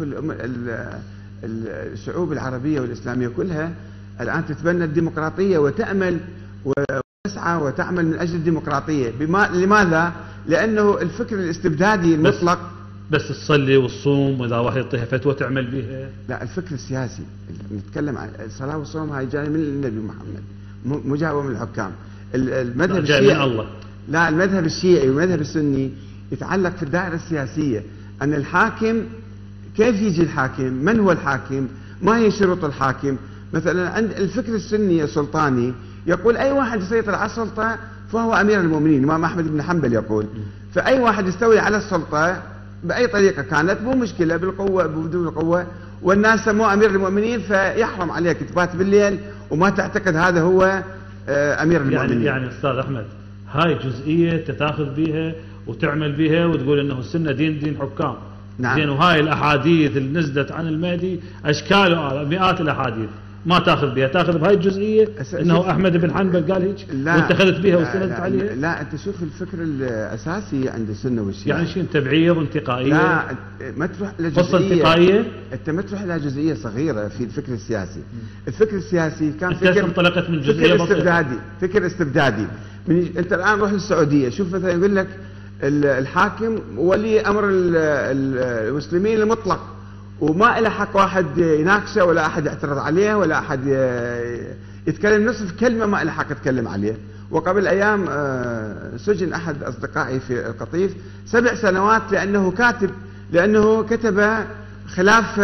الشعوب العربية والإسلامية كلها الآن تتبنى الديمقراطية وتأمل وتسعى وتعمل من أجل الديمقراطية. بما لماذا؟ لأنه الفكر الاستبدادي المطلق. بس تصلي والصوم واذا واحد يعطيها فتوى تعمل بها. لا، الفكر السياسي نتكلم عن الصلاه والصوم هاي جاي من النبي محمد، مو جاي من الحكام. المذهب الشيعي من الله. لا، المذهب الشيعي والمذهب السني يتعلق في الدائره السياسيه، ان الحاكم كيف يجي الحاكم، من هو الحاكم، ما هي شروط الحاكم. مثلا عند الفكر السني السلطاني يقول اي واحد يسيطر على السلطه فهو امير المؤمنين. الامام احمد بن حنبل يقول فاي واحد يستولي على السلطه بأي طريقة كانت مو مشكلة، بالقوة بدون القوة، والناس سموه أمير المؤمنين فيحرم عليك تبات بالليل وما تعتقد هذا هو أمير المؤمنين. يعني يعني أستاذ أحمد هاي جزئية تتاخذ بها وتعمل بها وتقول إنه السنة دين دين حكام. نعم. زين وهاي الأحاديث اللي نزلت عن المهدي أشكال مئات الأحاديث ما تاخذ بها، تاخذ بهاي الجزئيه انه احمد بن حنبل قال هيك وانت اخذت بها واستندت عليها. لا, لا انت شوف الفكر الاساسي عند السنه والشيعه يعني شيء تبعير انتقائيه. لا ما تروح لجزئيه انتقائيه، انت ما تروح الى جزئيه صغيره في الفكر السياسي. الفكر السياسي كان فكر انطلقت من جزئيه فكر استبدادي، فكر استبدادي. من انت الان روح للسعوديه، شوف مثلا يقول لك الحاكم ولي امر المسلمين المطلق، وما له حق واحد يناقشه ولا احد يعترض عليه ولا احد يتكلم نصف كلمه ما له حق يتكلم عليه. وقبل ايام سجن احد اصدقائي في القطيف سبع سنوات لانه كاتب، لانه كتب خلاف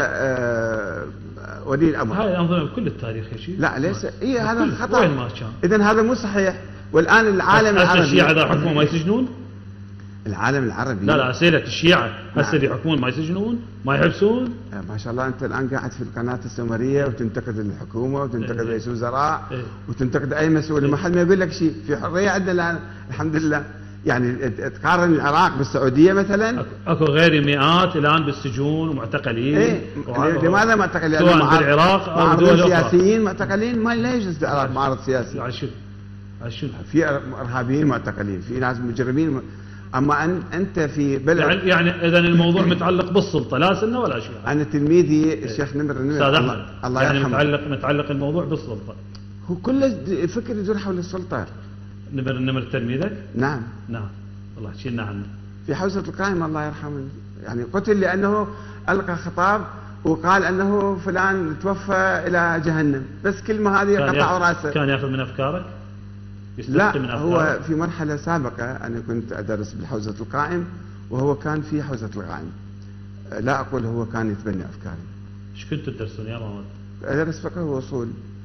ولي الامر. هاي الانظمه بكل التاريخ يا شيخ. لا ليس اي هذا خطا. وين ما كان. اذا هذا مو صحيح. والان العالم العربي الشيعة اذا حكموا ما يسجنون؟ العالم العربي لا لا اسالك الشيعة هسه اللي يحكمون ما يسجنون؟ ما يحبسون؟ ما شاء الله انت الان قاعد في القناه السومريه وتنتقد الحكومه وتنتقد رئيس إيه. الوزراء إيه. وتنتقد اي مسؤول، ما حد ما يقول لك شيء، في حريه عندنا الان الحمد لله. يعني تقارن العراق بالسعوديه مثلا، اكو غير مئات الان بالسجون ومعتقلين. ايه لماذا معتقلين؟ سواء في العراق او دول سياسيين معتقلين، ما لا يجوز العراق معارض سياسي. يعني شو؟ شو؟ في ارهابيين معتقلين، في ناس مجرمين م... اما أن انت في بلد يعني, يعني اذا الموضوع متعلق بالسلطه لا سنه ولا شيء. انا تلميذي الشيخ نمر النمر الله, الله يعني يرحمه، متعلق متعلق الموضوع بالسلطه. هو كل فكر يدور حول السلطه. نمر النمر تلميذك؟ نعم نعم والله حكينا عنه. في حوزه القائمه الله يرحمه، يعني قتل لانه القى خطاب وقال انه فلان توفى الى جهنم، بس كلمه هذه قطعوا راسه. كان ياخذ من افكارك؟ لا من هو في مرحله سابقه انا كنت ادرس بحوزه القائم وهو كان في حوزه القائم. لا اقول هو كان يتبنى افكاري. ايش كنتوا تدرسون يا محمد؟ ادرس فقه واصول.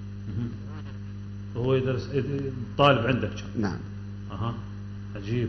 هو يدرس طالب عندك كان؟ نعم. اها عجيب.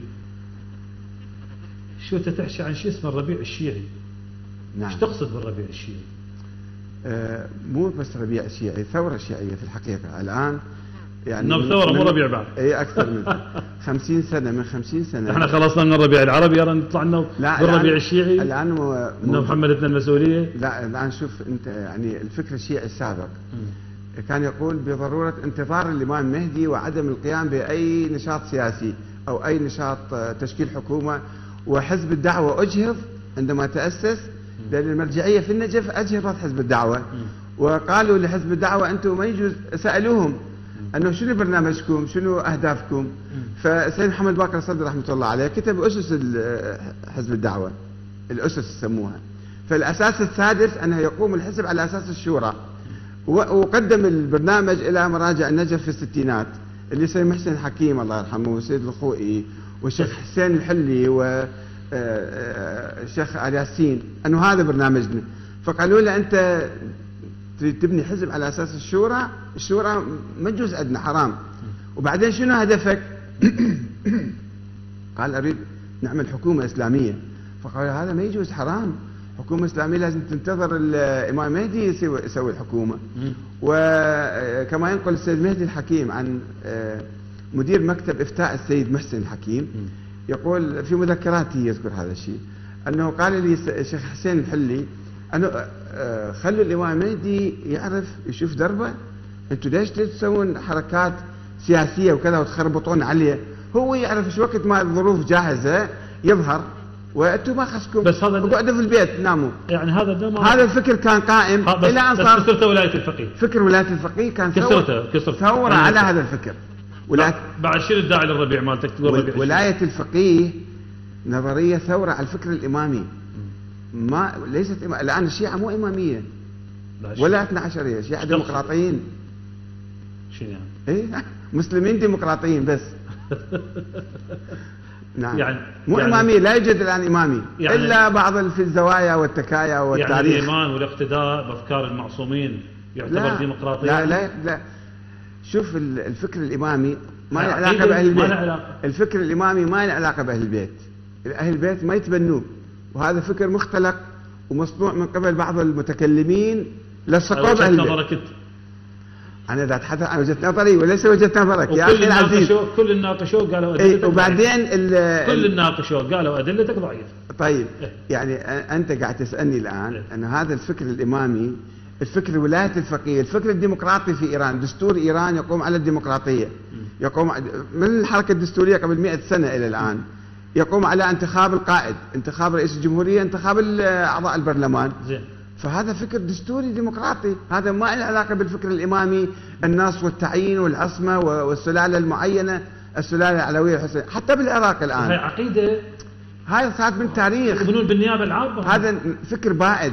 شو انت تحكي عن شيء اسمه الربيع الشيعي؟ نعم. ايش تقصد بالربيع الشيعي؟ آه مو بس ربيع الشيعي، ثوره شيعيه في الحقيقه الان. يعني انه ثوره مو ربيع بعد. اي اكثر من خمسين سنه، من خمسين سنه احنا خلصنا من الربيع العربي يلا نطلع لنا بالربيع الشيعي. الان مو انه محمد ابن المسؤوليه. لا الان شوف انت يعني الفكر الشيعي السابق م. كان يقول بضروره انتظار الامام المهدي وعدم القيام باي نشاط سياسي او اي نشاط تشكيل حكومه. وحزب الدعوه اجهض عندما تاسس، لان المرجعيه في النجف اجهضت حزب الدعوه. م. وقالوا لحزب الدعوه انتم ما يجوز، سالوهم انه شنو برنامجكم؟ شنو اهدافكم؟ فسيد محمد باقر الصدر رحمه الله عليه كتب اسس حزب الدعوه، الاسس يسموها. فالاساس السادس انه يقوم الحزب على اساس الشورى، وقدم البرنامج الى مراجع النجف في الستينات اللي سيد محسن الحكيم الله يرحمه والسيد الخوئي والشيخ حسين الحلي والشيخ آل ياسين، انه هذا برنامجنا. فقالوا له انت تريد تبني حزب على اساس الشورى، الشورى ما يجوز عندنا حرام. وبعدين شنو هدفك؟ قال اريد نعمل حكومه اسلاميه. فقال هذا ما يجوز، حرام، حكومه اسلاميه لازم تنتظر الامام المهدي يسوي الحكومه. وكما ينقل السيد مهدي الحكيم عن مدير مكتب افتاء السيد محسن الحكيم، يقول في مذكراته يذكر هذا الشيء، انه قال لي الشيخ حسين الحلي انه خلوا الامام المهدي يعرف يشوف دربه، انتم ليش تسوون حركات سياسيه وكذا وتخربطون عليه؟ هو يعرف ايش وقت ما الظروف جاهزه يظهر، وانتم ما خصكم، بس هذا اقعدوا في البيت ناموا. يعني هذا هذا الفكر كان قائم الى ان صار كسرته ولايه الفقيه. فكر ولايه الفقيه كان كسرته كسرته ثوره على هذا الفكر. ولاية بعد شنو الداعي للربيع مالتك تقول؟ ولايه الفقيه نظريه ثوره على الفكر الامامي. ما ليست إما... الان الشيعه مو اماميه ولا اثنا عشريه، الشيعه ديمقراطيين. شنو يعني؟ ايه مسلمين ديمقراطيين بس. نعم يعني مو يعني اماميه، لا يوجد الان امامي يعني الا بعض في الزوايا والتكايا والتاريخ. يعني الايمان والاقتداء بافكار المعصومين يعتبر ديمقراطيا؟ لا لا لا شوف الفكر الامامي ما له علاقه باهل البيت. الفكر الامامي ما له علاقه باهل البيت. اهل البيت ما يتبنوه، وهذا فكر مختلق ومصنوع من قبل بعض المتكلمين لصقوا باهل البيت. انا اذا اتحدث عن وجهه نظري وليس وجهه نظرك يا اخي العزيز. كل الناقشوا قالوا ادلتك ايه وبعدين كل الناقشوا قالوا ادلتك ضعيفه. طيب إيه؟ يعني انت قاعد تسالني الان إيه؟ ان هذا الفكر الامامي الفكر ولاية الفقيه، الفكر الديمقراطي في إيران، دستور إيران يقوم على الديمقراطية، يقوم من الحركة الدستورية قبل مئة سنة إلى الآن يقوم على انتخاب القائد، انتخاب رئيس الجمهورية، انتخاب أعضاء البرلمان. زين. فهذا فكر دستوري ديمقراطي، هذا ما له علاقة بالفكر الإمامي النص والتعيين والعصمة والسلالة المعينة، السلالة العلوية الحسينية، حتى بالعراق الآن. هاي عقيدة، هاي صارت من تاريخ. يؤمنون بالنيابة العامة. هذا فكر بائد.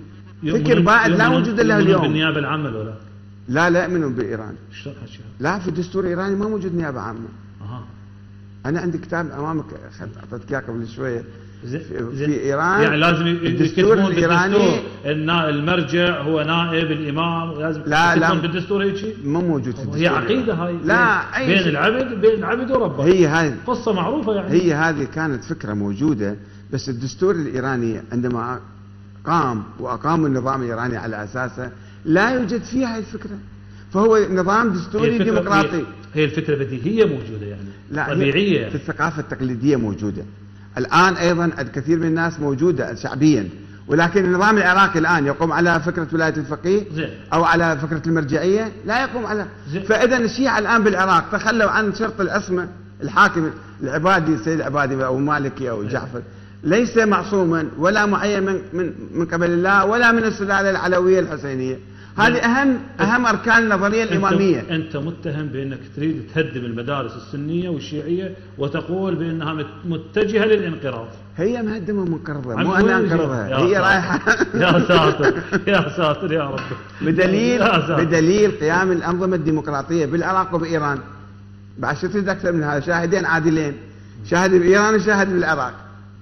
فكر بائد لا وجود له اليوم. بالنيابة العامة ولا؟ لا لا يؤمنون بإيران. شلون هالشيء؟ لا، في الدستور الإيراني ما موجود نيابة عامة. اها. أنا عندي كتاب أمامك أعطيتك إياه قبل شوية. زي في, زي في إيران يعني لازم الدستور الإيراني ان المرجع هو نائب الإمام، لازم لا لا بالدستور هيك شيء؟ ما موجود في الدستور. هي عقيدة هاي. لا بين, بين العبد بين العبد وربه. هي هاي قصة معروفة يعني. هي هذه كانت فكرة موجودة، بس الدستور الإيراني عندما قام وأقام النظام الإيراني على أساسه لا يوجد فيها هاي الفكرة، فهو نظام دستوري هي ديمقراطي. هي الفكرة بديهية موجودة يعني. لا طبيعية في الثقافة التقليدية موجودة الآن أيضا، الكثير من الناس موجودة شعبيا، ولكن النظام العراقي الآن يقوم على فكرة ولاية الفقيه زين. أو على فكرة المرجعية، لا يقوم على زين. فإذا الشيعة الآن بالعراق تخلوا عن شرط العصمة، الحاكم العبادي السيد العبادي أو مالكي أو جعفر ليس معصوما ولا معين من من من قبل الله ولا من السلالة العلوية الحسينية. هذه أهم أهم أركان النظرية الإمامية. أنت, أنت متهم بأنك تريد تهدم المدارس السنية والشيعية وتقول بأنها متجهة للانقراض. هي مهدمة ومنقرضة، مو أنا أنقرضها، هي رايحة. يا ساتر يا ساتر يا رب. بدليل بدليل قيام الأنظمة الديمقراطية بالعراق وبإيران. بعد شو تريد أكثر من هذا؟ شاهدين عادلين، شاهد بإيران وشاهد بالعراق.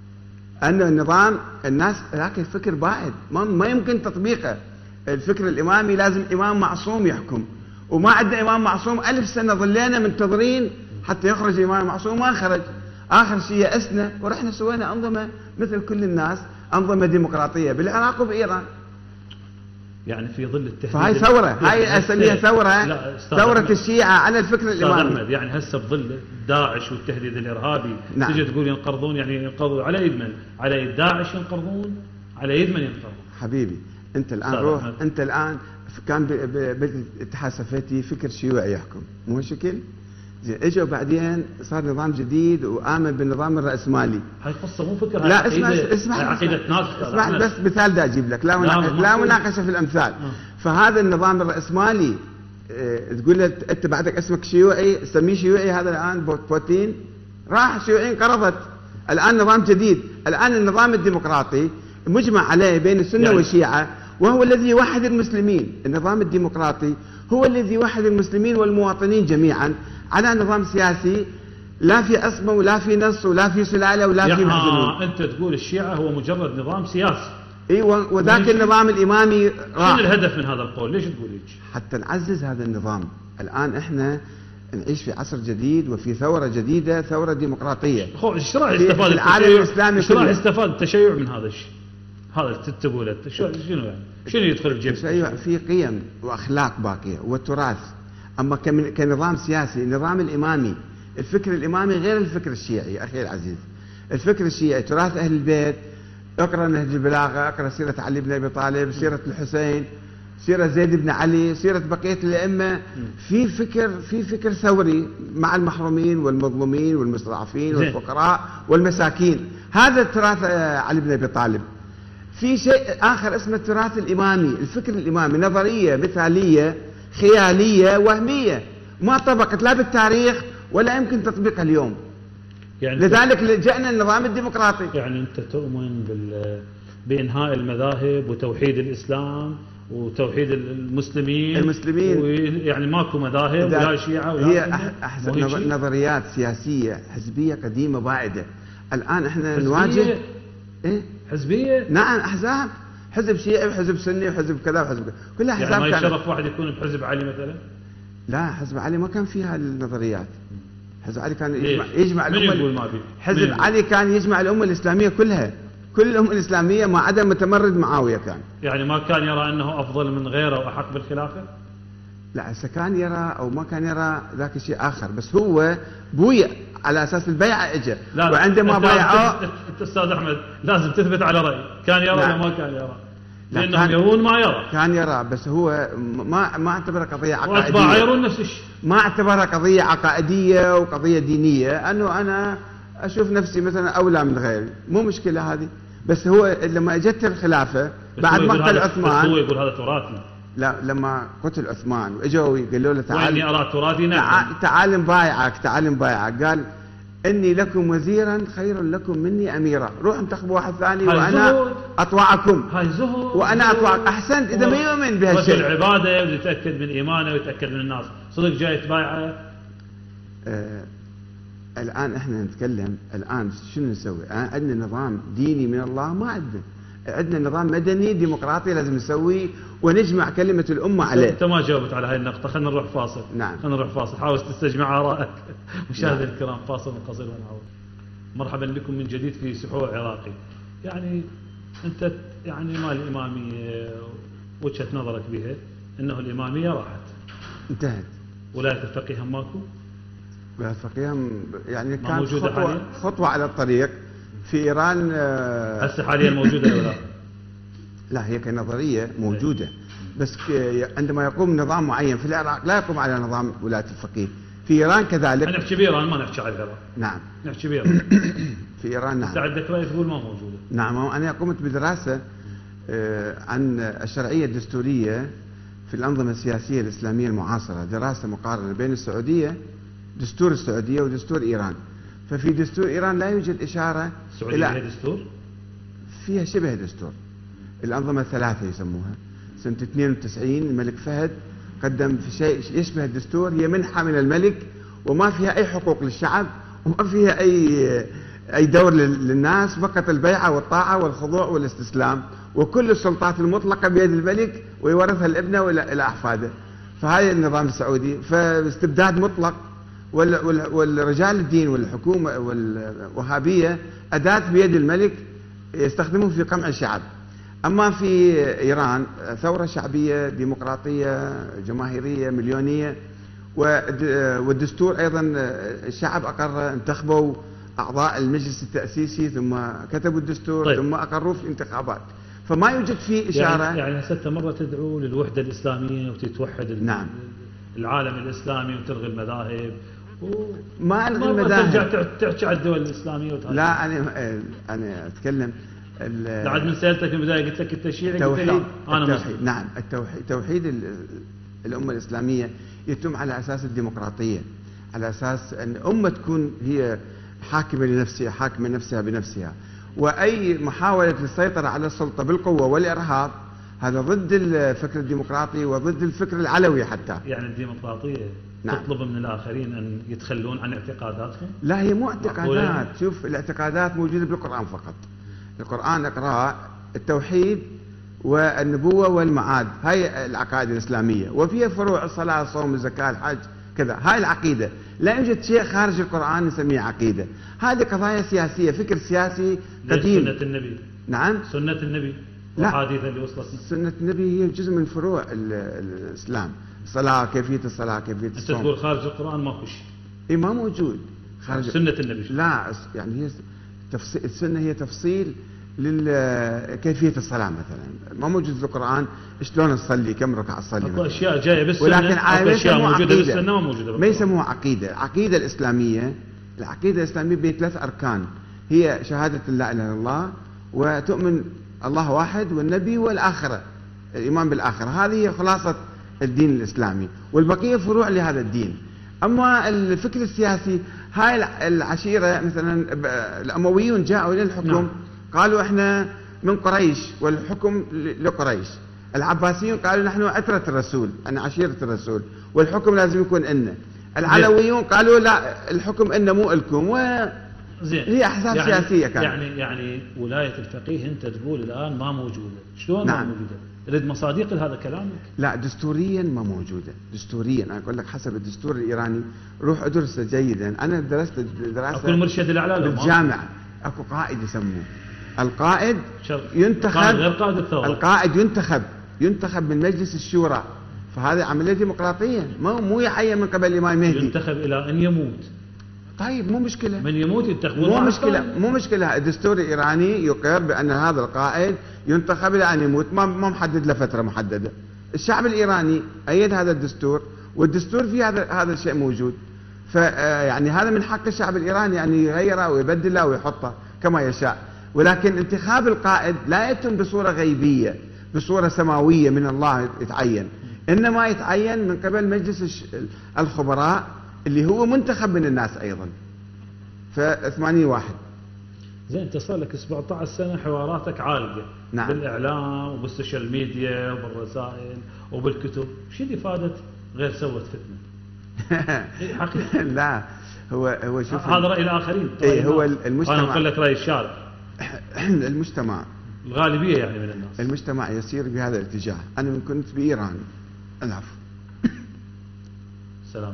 أن النظام الناس لكن فكر بائد ما, ما يمكن تطبيقه. الفكر الإمامي لازم إمام معصوم يحكم، وما عندنا إمام معصوم. ألف سنة ظلينا منتظرين حتى يخرج إمام معصوم، ما خرج. آخر شيء يأسنا ورحنا سوينا أنظمة مثل كل الناس، أنظمة ديمقراطية بالعراق وبإيران. يعني في ظل التهديد، فهي ثورة، هاي أسميها ثورة، ثورة الشيعة على الفكر الإمامي. أحمد يعني هسه بظل داعش والتهديد الإرهابي نعم. تجي تقول ينقرضون، يعني ينقرضون على يد من؟ على يد داعش ينقرضون؟ على يد من ينقرضون؟ حبيبي أنت الآن روح، أنت الآن كان بالاتحاد السوفيتي فكر شيوعي يحكم، مو شكل؟ اجوا بعدين صار نظام جديد وآمن بالنظام الرأسمالي. هاي قصة مو فكرة، لا اسمع اسمع عقيدة ناس. اسمع بس مثال دا أجيب لك، لا لا مناقشة في الأمثال. آه. فهذا النظام الرأسمالي اه تقول له أنت بعدك اسمك شيوعي، سميه شيوعي. هذا الآن بوتين راح شيوعي انقرضت، الآن نظام جديد. الآن النظام الديمقراطي مجمع عليه بين السنة يعني والشيعة، وهو الذي يوحد المسلمين. النظام الديمقراطي هو الذي يوحد المسلمين والمواطنين جميعا على نظام سياسي لا في عصمة ولا في نص ولا في سلالة ولا في محزنون. أنت تقول الشيعة هو مجرد نظام سياسي. ايوه، وذاك النظام الإمامي راح. شنو الهدف من هذا القول؟ ليش تقول هيك؟ حتى نعزز هذا النظام. الآن احنا نعيش في عصر جديد وفي ثورة جديدة، ثورة ديمقراطية. ايش راح يستفاد العالم الإسلامي؟ ايش راح يستفاد التشيع من هذا الشيء؟ هذا تقوله شنو يعني؟ شنو يدخل الجيب؟ التشيع في قيم وأخلاق باقية وتراث. أما كنظام سياسي، النظام الإمامي، الفكر الإمامي غير الفكر الشيعي أخي العزيز. الفكر الشيعي تراث أهل البيت، اقرأ نهج البلاغة، اقرأ سيرة علي بن أبي طالب، سيرة الحسين، سيرة زيد بن علي، سيرة بقية الأئمة. في فكر في فكر ثوري مع المحرومين والمظلومين والمستضعفين والفقراء والمساكين. هذا التراث علي بن أبي طالب. في شيء آخر اسمه التراث الإمامي، الفكر الإمامي نظرية مثالية خيالية وهمية ما طبقت لا بالتاريخ ولا يمكن تطبيقها اليوم. يعني لذلك لجأنا النظام الديمقراطي. يعني أنت تؤمن بال... بإنهاء المذاهب وتوحيد الإسلام وتوحيد المسلمين المسلمين يعني ماكو مذاهب ولا شيعة ولا هي أحسن نظريات سياسية حزبية قديمة بائدة. الآن احنا نواجه إيه؟ حزبية؟ نعم، أحزاب، حزب شيعي وحزب سني وحزب كذا وحزب كذا، كلها أحزاب. يعني ما يشرف واحد يكون بحزب علي مثلا؟ لا، حزب علي ما كان فيها النظريات. حزب علي كان يجمع, يجمع الأمة. حزب علي كان يجمع الأمة الإسلامية كلها، كل الأمة الإسلامية ما عدا متمرد معاوية كان. يعني ما كان يرى أنه أفضل من غيره وأحق بالخلافة؟ لا، إذا كان يرى أو ما كان يرى ذاك شيء آخر، بس هو بويع على أساس البيعة إجا، وعندما بايعوه أستاذ أحمد لازم تثبت على رأي، كان يرى ولا ما كان يرى؟ لأنهم يرون ما يرى. كان يرى، بس هو ما ما اعتبرها قضية عقائدية. وأتباعه يرون نفس الشيء. ما اعتبرها قضية عقائدية وقضية دينية، أنه أنا أشوف نفسي مثلا أولى من غيري، مو مشكلة هذه. بس هو لما اجت الخلافة بعد مقتل عثمان، بس هو يقول هذا تراثي. لا، لما قتل عثمان واجوا قالوا له تعال وإني أرى تراثي نعم، تعال نبايعك، تعال نبايعك. قال إني لكم وزيرا خير لكم مني أميرا، روح انتخبوا واحد ثاني وأنا أطوعكم. هاي زهد وأنا أطوعك. أحسنت إذا ما يؤمن بهالشيء. رجل عبادة ويتأكد من إيمانه ويتأكد من الناس، صدق جاي تبايعه. آه الآن إحنا نتكلم الآن شنو نسوي؟ آه عندنا نظام ديني من الله؟ ما عندنا. عندنا نظام مدني ديمقراطي لازم نسوي ونجمع كلمة الأمة عليه. أنت ما جاوبت على هاي النقطة، خلينا نروح فاصل. نعم. خلينا نروح فاصل، حاول تستجمع آرائك. مشاهدينا نعم. الكرام، فاصل قصير ونعود. مرحبا بكم من جديد في سحور عراقي. يعني أنت يعني ما الإمامية وجهة نظرك بها أنه الإمامية راحت انتهت، ولاية الفقيه هم ماكو؟ ولاية الفقيه يعني كانت موجودة خطوة, حاليا؟ خطوة على الطريق. في إيران هسه حاليا موجودة ولا لا؟ لا، هي كنظرية موجودة، بس عندما يقوم نظام معين في العراق لا يقوم على نظام ولاية الفقيه. في إيران كذلك. نحكي بإيران ما نحكي على العراق. نعم. نحكي بإيران. في إيران نعم. أنت عندك رأي تقول ما موجودة. نعم. أنا قمت بدراسة عن الشرعية الدستورية في الأنظمة السياسية الإسلامية المعاصرة، دراسة مقارنة بين السعودية، دستور السعودية ودستور إيران. ففي دستور إيران لا يوجد إشارة. السعودية فيها دستور؟ فيها شبه دستور. الأنظمة الثلاثة يسموها. سنة اثنين وتسعين الملك فهد قدم في شيء يشبه الدستور، هي منحة من الملك وما فيها أي حقوق للشعب وما فيها أي أي دور للناس، فقط البيعة والطاعة والخضوع والاستسلام، وكل السلطات المطلقة بيد الملك ويورثها الابنة إلى أحفاده. فهذا النظام السعودي، فاستبداد مطلق، والرجال الدين والحكومة والوهابية أداة بيد الملك يستخدموه في قمع الشعب. أما في إيران ثورة شعبية ديمقراطية جماهيرية مليونية، والدستور أيضا الشعب أقر، انتخبوا أعضاء المجلس التأسيسي ثم كتبوا الدستور. طيب. ثم أقروه في انتخابات، فما يوجد فيه إشارة. يعني, يعني هسه مرة تدعو للوحدة الإسلامية وتتوحد نعم. العالم الإسلامي وتلغي المذاهب و... ما ألغي المذاهب، ترجع تحكي على الدول الإسلامية وتعالي. لا، أنا أنا أتكلم بعد من سألتك في البداية قلت لك أنت شيعي، قلت لا أنا مسلم. نعم. التوحيد توحيد الأمة الإسلامية يتم على أساس الديمقراطية، على أساس أن الأمة تكون هي حاكمة لنفسها، حاكمة نفسها بنفسها، وأي محاولة للسيطرة على السلطة بالقوة والإرهاب هذا ضد الفكر الديمقراطي وضد الفكر العلوي حتى. يعني الديمقراطية نعم. تطلب من الآخرين أن يتخلون عن اعتقاداتهم؟ لا، هي مو اعتقادات. شوف، الاعتقادات موجودة بالقرآن فقط. القرآن اقرأ التوحيد والنبوة والمعاد، هاي العقائد الإسلامية، وفيها فروع الصلاة الصوم الزكاة الحج كذا، هاي العقيدة. لا يوجد شيء خارج القرآن نسميه عقيدة. هذه قضايا سياسية، فكر سياسي قديم. سنة النبي. نعم. سنة النبي. لا، الحديث اللي وصلت سنة النبي هي جزء من فروع الإسلام. الصلاة، كيفية الصلاة، كيفية الصوم. أنت تقول خارج القرآن ماكو شيء؟ إيه، ما موجود خارج سنة النبي. لا، يعني هي تفصيل. السنة هي تفصيل لكيفية الصلاة مثلا، ما موجود في القرآن شلون نصلي، كم ركعة نصلي. اكو اشياء جايه بالسنة، ولكن اشياء موجودة بالسنة وما موجودة بالقرآن. ما يسموها عقيدة. العقيدة الإسلامية، العقيدة الإسلامية بين ثلاث أركان، هي شهادة لا إله إلا الله، وتؤمن الله واحد، والنبي، والآخرة، الإيمان بالآخرة. هذه هي خلاصة الدين الإسلامي، والبقية فروع لهذا الدين. أما الفكر السياسي، هاي العشيرة مثلا الأمويون جاءوا إلى الحكم. نعم. قالوا احنا من قريش والحكم لقريش. العباسيون قالوا نحن عترة الرسول، أنا عشيرة الرسول والحكم لازم يكون إلنا. العلويون قالوا لا، الحكم إلنا مو إلكم. و زين. هي أحزاب يعني سياسية كانت. يعني يعني ولاية الفقيه أنت تقول الآن ما موجودة، شلون نعم. ما موجودة؟ رد مصادق لهذا كلامك؟ لا، دستوريا ما موجودة. دستوريا أنا أقول لك حسب الدستور الإيراني، روح أدرسه جيدا. أنا درست دراسة أكو المرشد الأعلى بالجامعة، أكو قائد يسموه القائد شرق. ينتخب، غير قائد الثورة. القائد ينتخب ينتخب من مجلس الشورى، فهذه عملية ديمقراطية، مو مو يعين من قبل الإمام المهدي. ينتخب إلى أن يموت. طيب مو مشكله، من يموت ينتخبون. مو مشكله مو مشكله الدستور الايراني يقر بان هذا القائد ينتخب الى ان يموت، ما ما محدد له فتره محدده. الشعب الايراني ايد هذا الدستور، والدستور فيه هذا هذا الشيء موجود. فيعني هذا من حق الشعب الايراني ان يغيره ويبدله ويحطه كما يشاء. ولكن انتخاب القائد لا يتم بصوره غيبيه، بصوره سماويه من الله يتعين، انما يتعين من قبل مجلس الخبراء اللي هو منتخب من الناس ايضا. ف ثمانين واحد. زين، انت صار لك سبعة عشر سنه حواراتك عالقه. نعم. بالاعلام وبالسوشيال ميديا وبالرسائل وبالكتب، شو اللي فادت غير سوت فتنه؟ حقيقة. لا هو هو شوف هذا راي الاخرين. اي هو المجتمع. انا اقول لك راي الشارع. المجتمع الغالبيه يعني من الناس. المجتمع يسير بهذا الاتجاه. انا من كنت بايران. العفو. سلام.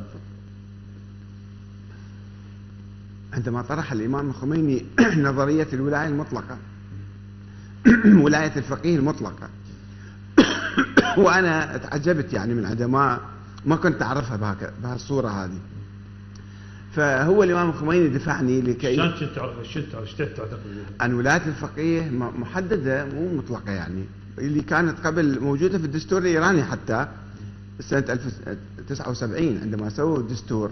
عندما طرح الامام الخميني نظريه الولايه المطلقه، ولايه الفقيه المطلقه، وانا تعجبت يعني من عندما ما كنت اعرفها بهالصوره هذه. فهو الامام الخميني دفعني لكي شلون كنت تعرف؟ شو تعتقد؟ ان ولايه الفقيه محدده مو مطلقه، يعني اللي كانت قبل موجوده في الدستور الايراني حتى سنه ألف وتسعة وسبعين عندما سووا الدستور،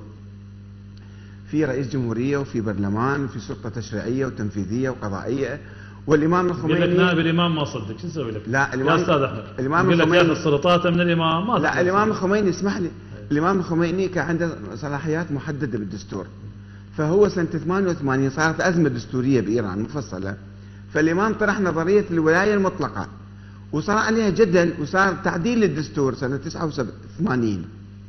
في رئيس جمهوريه وفي برلمان وفي سلطه تشريعيه وتنفيذيه وقضائيه. والامام الخميني يقول لك نائب الامام ما صدق، شو نسوي لك؟ لا الامام يا استاذ احمد، الامام الخميني ياخذ السلطات من الامام ما لا الامام الخميني اسمح لي، الامام الخميني كان عنده صلاحيات محدده بالدستور. فهو سنه ثمانية وثمانين صارت ازمه دستوريه بايران مفصله، فالامام طرح نظريه الولايه المطلقه وصار عليها جدل، وصار تعديل للدستور سنه تسعة وثمانين.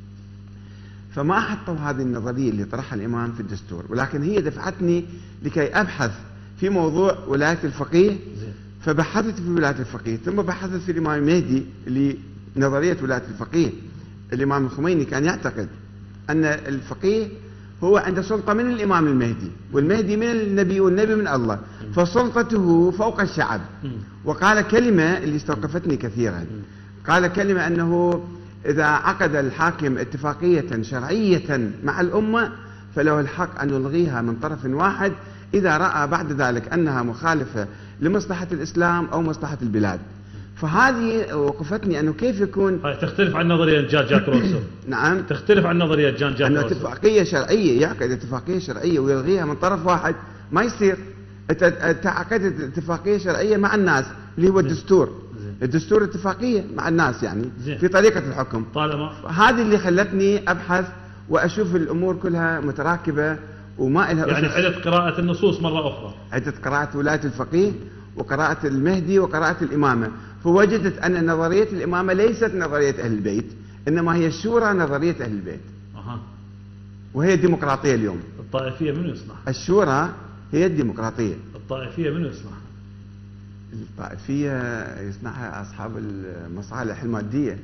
فما حطوا هذه النظريه اللي طرحها الامام في الدستور، ولكن هي دفعتني لكي ابحث في موضوع ولايه الفقيه. فبحثت في ولايه الفقيه، ثم بحثت في الامام المهدي اللي نظريه ولايه الفقيه. الامام الخميني كان يعتقد ان الفقيه هو عنده سلطه من الامام المهدي، والمهدي من النبي والنبي من الله، فسلطته فوق الشعب. وقال كلمه اللي استوقفتني كثيرا، قال كلمه انه اذا عقد الحاكم اتفاقيه شرعيه مع الامه فله الحق ان يلغيها من طرف واحد اذا راى بعد ذلك انها مخالفه لمصلحه الاسلام او مصلحه البلاد. فهذه وقفتني انه كيف يكون تختلف عن نظريه جان جاك روسو. نعم، تختلف عن نظريه جان جاك انه روسو. اتفاقيه شرعيه، يعقد اتفاقيه شرعيه ويلغيها من طرف واحد ما يصير. انت عقدت اتفاقيه شرعيه مع الناس اللي هو الدستور. الدستور اتفاقيه مع الناس يعني زين. في طريقه الحكم. طالما هذه اللي خلتني ابحث واشوف الامور كلها متراكبه وما لها يعني عدت قراءه النصوص مره اخرى، عدت قراءه ولايه الفقيه وقراءه المهدي وقراءه الامامه. فوجدت ان نظريه الامامه ليست نظريه اهل البيت، انما هي الشورى نظريه اهل البيت. أه. وهي الديمقراطيه اليوم. الطائفيه منو يصنعها؟ الشورى هي الديمقراطيه. الطائفيه منو يصنعها؟ الطائفيه يصنعها اصحاب المصالح الماديه.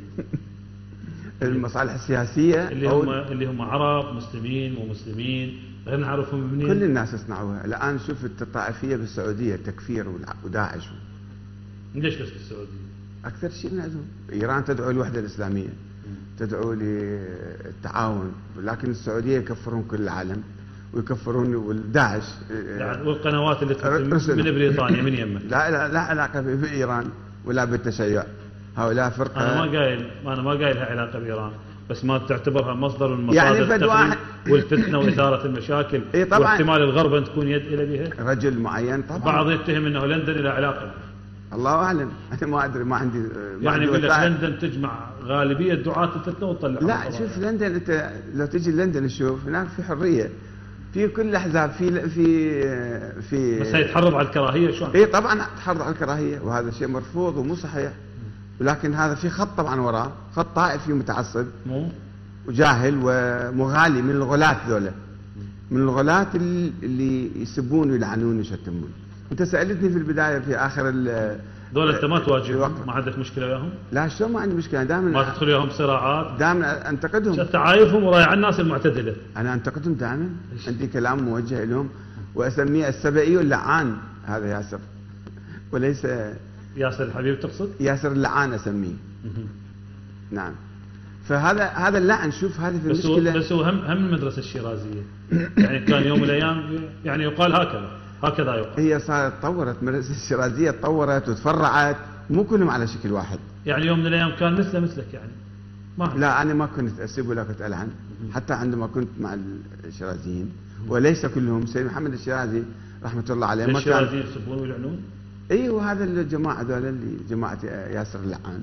المصالح السياسيه اللي هم اللي هم عرب مسلمين ومسلمين غير نعرفهم منين. كل الناس يصنعوها. الان شفت الطائفيه بالسعوديه تكفير وداعش. ليش بس بالسعوديه؟ اكثر شيء من عندهم. ايران تدعو للوحده الاسلاميه، تدعو للتعاون، لكن السعوديه يكفرون كل العالم ويكفرون والداعش والقنوات اللي تدخل من بريطانيا من يمه. لا لا لا علاقه بايران ولا بالتشيع. هؤلاء فرقه. انا ما قايل انا ما قايل لها علاقه بايران، بس ما تعتبرها مصدر من مصادر يعني التخريب والفتنه واثاره المشاكل. إيه طبعا. واحتمال الغرب ان تكون يد الى بها رجل معين طبعا. بعض يتهم انه لندن لها علاقه. الله اعلم، انا ما ادري، ما عندي يعني يقول لك لندن تجمع غالبيه دعاة الفتنه وتطلع. لا شوف لندن، انت لو تجي لندن تشوف هناك في حريه في كل الاحزاب، في في في بس هي تحرض على الكراهيه شلون؟ اي طبعا تحرض على الكراهيه، وهذا شيء مرفوض ومو صحيح. ولكن هذا في خط طبعا وراه، خط طائفي متعصب مو وجاهل ومغالي من الغلاة ذولا، من الغلاة اللي يسبون ويلعنون ويشتمون. انت سالتني في البدايه في اخر دول انت ما تواجههم، ما عندك مشكله وياهم؟ لا شلون ما عندي مشكله، دائما ما تدخل وياهم صراعات؟ دائما انتقدهم. انت عايفهم ورايح الناس المعتدله. انا انتقدهم دائما، عندي كلام موجه لهم واسميه السبئي واللعان. هذا ياسر وليس ياسر الحبيب تقصد؟ ياسر اللعان اسميه. نعم. فهذا هذا اللعن، شوف هذه في بس هو المشكله. بس هو هم هم المدرسه الشيرازيه يعني كان يوم من الايام يعني يقال هكذا هكذا يقال. هي صارت تطورت، المدرسه الشيرازيه تطورت وتفرعت، مو كلهم على شكل واحد. يعني يوم من الايام كان مثله مثلك يعني ما لا انا ما كنت اسب ولا كنت العن، حتى عندما كنت مع الشيرازيين، وليس كلهم. سيد محمد الشيرازي رحمه الله عليه ما كان الشيرازيين يسبون ويلعنون. ايوه هذا الجماعه هذول اللي جماعه ياسر اللعان،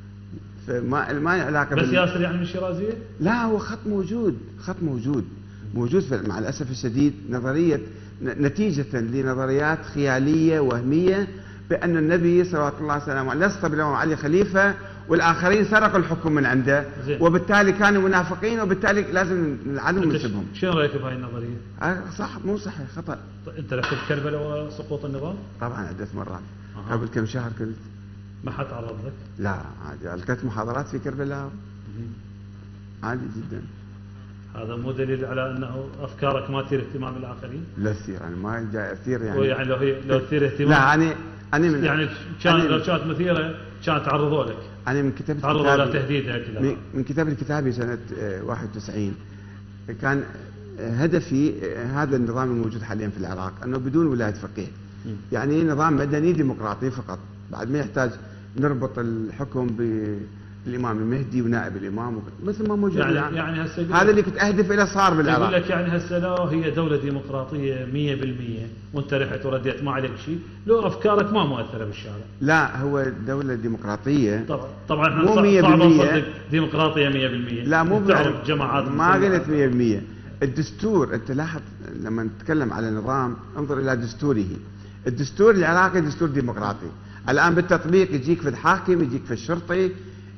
فما ما علاقه بس بال... ياسر يعني من الشيرازيه؟ لا هو خط موجود، خط موجود موجود مع الاسف الشديد. نظريه نتيجه لنظريات خياليه وهميه بان النبي صلى الله عليه وسلم نصب الامام علي خليفه والآخرين سرقوا الحكم من عنده، زين. وبالتالي كانوا منافقين، وبالتالي لازم نلعنهم ونسبهم. شنو رايك بهاي النظريه؟ صح مو صحيح، خطأ. انت رحت كربلاء وسقوط النظام؟ طبعا عدة مرات. أه. قبل كم شهر كنت. ما حد تعرض لك؟ لا عادي، ألقيت محاضرات في كربلاء عادي جدا. هذا مو دليل على انه افكارك ما تثير اهتمام الاخرين؟ لا تثير، انا ما جاي اثير يعني. يعني لو هي لو تثير اهتمام. لا انا انا من يعني كان لو كانت مثيره كانت تعرضوا لك. انا من كتاب تعرضوا الى تهديد هكذا. من, من كتاب الكتابي سنه واحد وتسعين كان هدفي هذا النظام الموجود حاليا في العراق انه بدون ولايه فقيه. م. يعني نظام مدني ديمقراطي فقط، بعد ما يحتاج نربط الحكم بالامام المهدي ونائب الامام مثل ما موجود يعني الآن. يعني هسه هذا اللي كنت اهدف الى صار بالعراق. يقول لك يعني هسه لو هي دوله ديمقراطيه مية بالمية وانت رحت ورديت ما عليك شيء، لو افكارك ما مؤثره بالشارع. لا هو دوله ديمقراطيه طبعا طبعا احنا مو مية بالمية ديمقراطيه مية بالمية. لا مو تعرف جماعات ما قلت مية بالمية. الدستور انت لاحظ لما نتكلم على نظام انظر الى دستوره. الدستور العراقي دستور ديمقراطي. الان بالتطبيق يجيك في الحاكم، يجيك في الشرطي،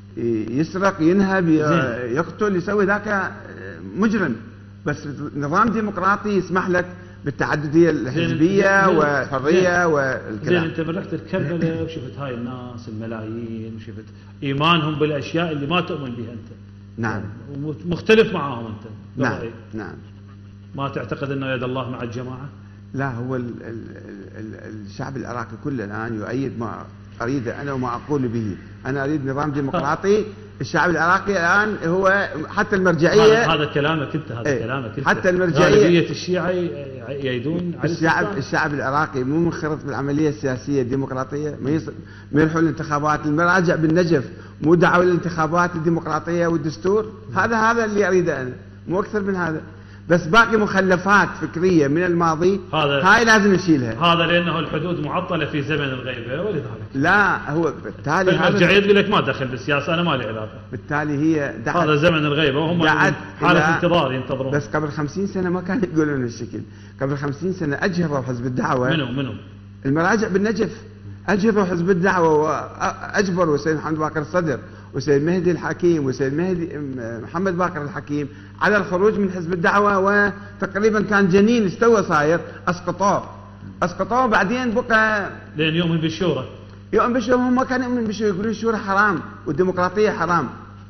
يسرق، ينهب، يقتل، يسوي ذاك مجرم. بس نظام ديمقراطي يسمح لك بالتعدديه الحزبيه والحريه والكلام. زين انت من رحت كربلاء وشفت هاي الناس الملايين وشفت ايمانهم بالاشياء اللي ما تؤمن بها انت. نعم. مختلف معاهم انت. نعم نعم. ما تعتقد انه يد الله مع الجماعه؟ لا هو ال ال ال الشعب العراقي كله الان يؤيد ما اريد انا وما اقول به. انا اريد نظام ديمقراطي. الشعب العراقي الان هو حتى المرجعيه. هذا كلامك انت، هذا ايه كلامك انت. حتى المرجعيه غالبيه الشيعه يأيدون على الشعب الشعب العراقي مو منخرط بالعمليه السياسيه الديمقراطيه. ما يص... ما يروحون الانتخابات. المراجع بالنجف مو دعوا للانتخابات الديمقراطيه والدستور. هذا هذا اللي اريده انا، مو اكثر من هذا. بس باقي مخلفات فكريه من الماضي هاي لازم نشيلها. هذا لانه الحدود معطله في زمن الغيبه ولذلك. لا هو بالتالي المرجعيه تقول لك ما دخل بالسياسه، انا ما لي علاقه. بالتالي هي هذا زمن الغيبه وهم حاله انتظار ينتظرون. بس قبل خمسين سنه ما كانوا يقولون هالشكل. قبل خمسين سنه اجهضوا حزب الدعوه. منو منو؟ المراجع بالنجف اجهضوا حزب الدعوه واجبروا سيد محمد باقر الصدر وسيد مهدي الحكيم وسيد مهدي محمد باقر الحكيم على الخروج من حزب الدعوه، وتقريبا كان جنين استوى صاير اسقطوه اسقطوه بعدين بقى لين يؤمن بالشورى. يؤمن بالشورى. هم ما كانوا يؤمنون بالشورى، يقولون الشورى حرام والديمقراطيه حرام.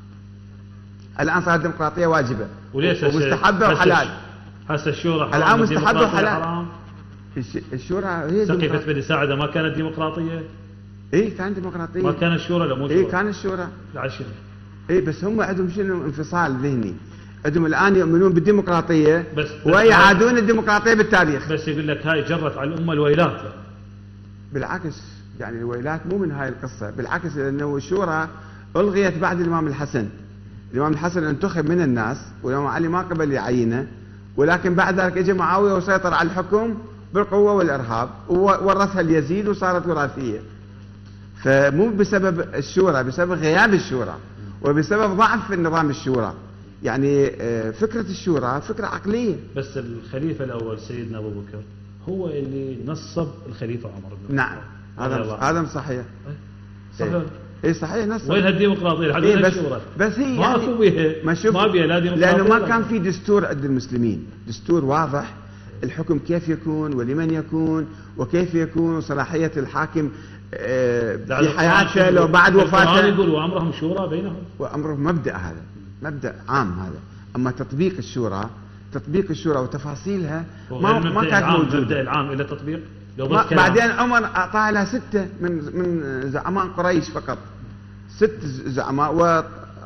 الان صارت الديمقراطيه واجبه وليش ومستحبه وحلال. هسه الشورى حرام الان مستحبه وحلال. حرام. الشورى هي سقيفه بني ساعده ما كانت ديمقراطيه؟ اي كانت ديمقراطيه. ما كان الشورى لا مو شورى. اي كان الشورى. لا شنو؟ اي بس هم عندهم شنو انفصال ذهني. عندهم الان يؤمنون بالديمقراطيه بس ويعادون الديمقراطيه بالتاريخ. بس يقول لك هاي جرت على الامه الويلات. بالعكس يعني الويلات مو من هاي القصه، بالعكس لانه الشورى الغيت بعد الامام الحسن. الامام الحسن انتخب من الناس والامام علي ما قبل يعينه، ولكن بعد ذلك اجى معاويه وسيطر على الحكم بالقوه والارهاب وورثها ليزيد وصارت وراثيه. فمو بسبب الشورى، بسبب غياب الشورى وبسبب ضعف النظام الشورى. يعني فكرة الشورى فكرة عقلية. بس الخليفة الأول سيدنا أبو بكر هو اللي نصب الخليفة عمر بن نعم هذا هذا صحيح. صحيح. اي صحيح نصب. وين هالديمقراطية لحد إيه بس الشورى؟ بس هي ماكو يعني بيها ما بيها لا ديمقراطية. لأنه ما كان في دستور عند المسلمين، دستور واضح الحكم كيف يكون ولمن يكون وكيف يكون وصلاحية الحاكم في حياته لو بعد وفاته. يقول وأمرهم شورى بينهم. وأمرهم مبدأ، هذا مبدأ عام هذا. أما تطبيق الشورى تطبيق الشورى وتفاصيلها ما ما كانت موجودة. المبدأ العام إلى تطبيق. لو بس بعدين عمر أعطاها لها ستة من من زعماء قريش فقط، ست زعماء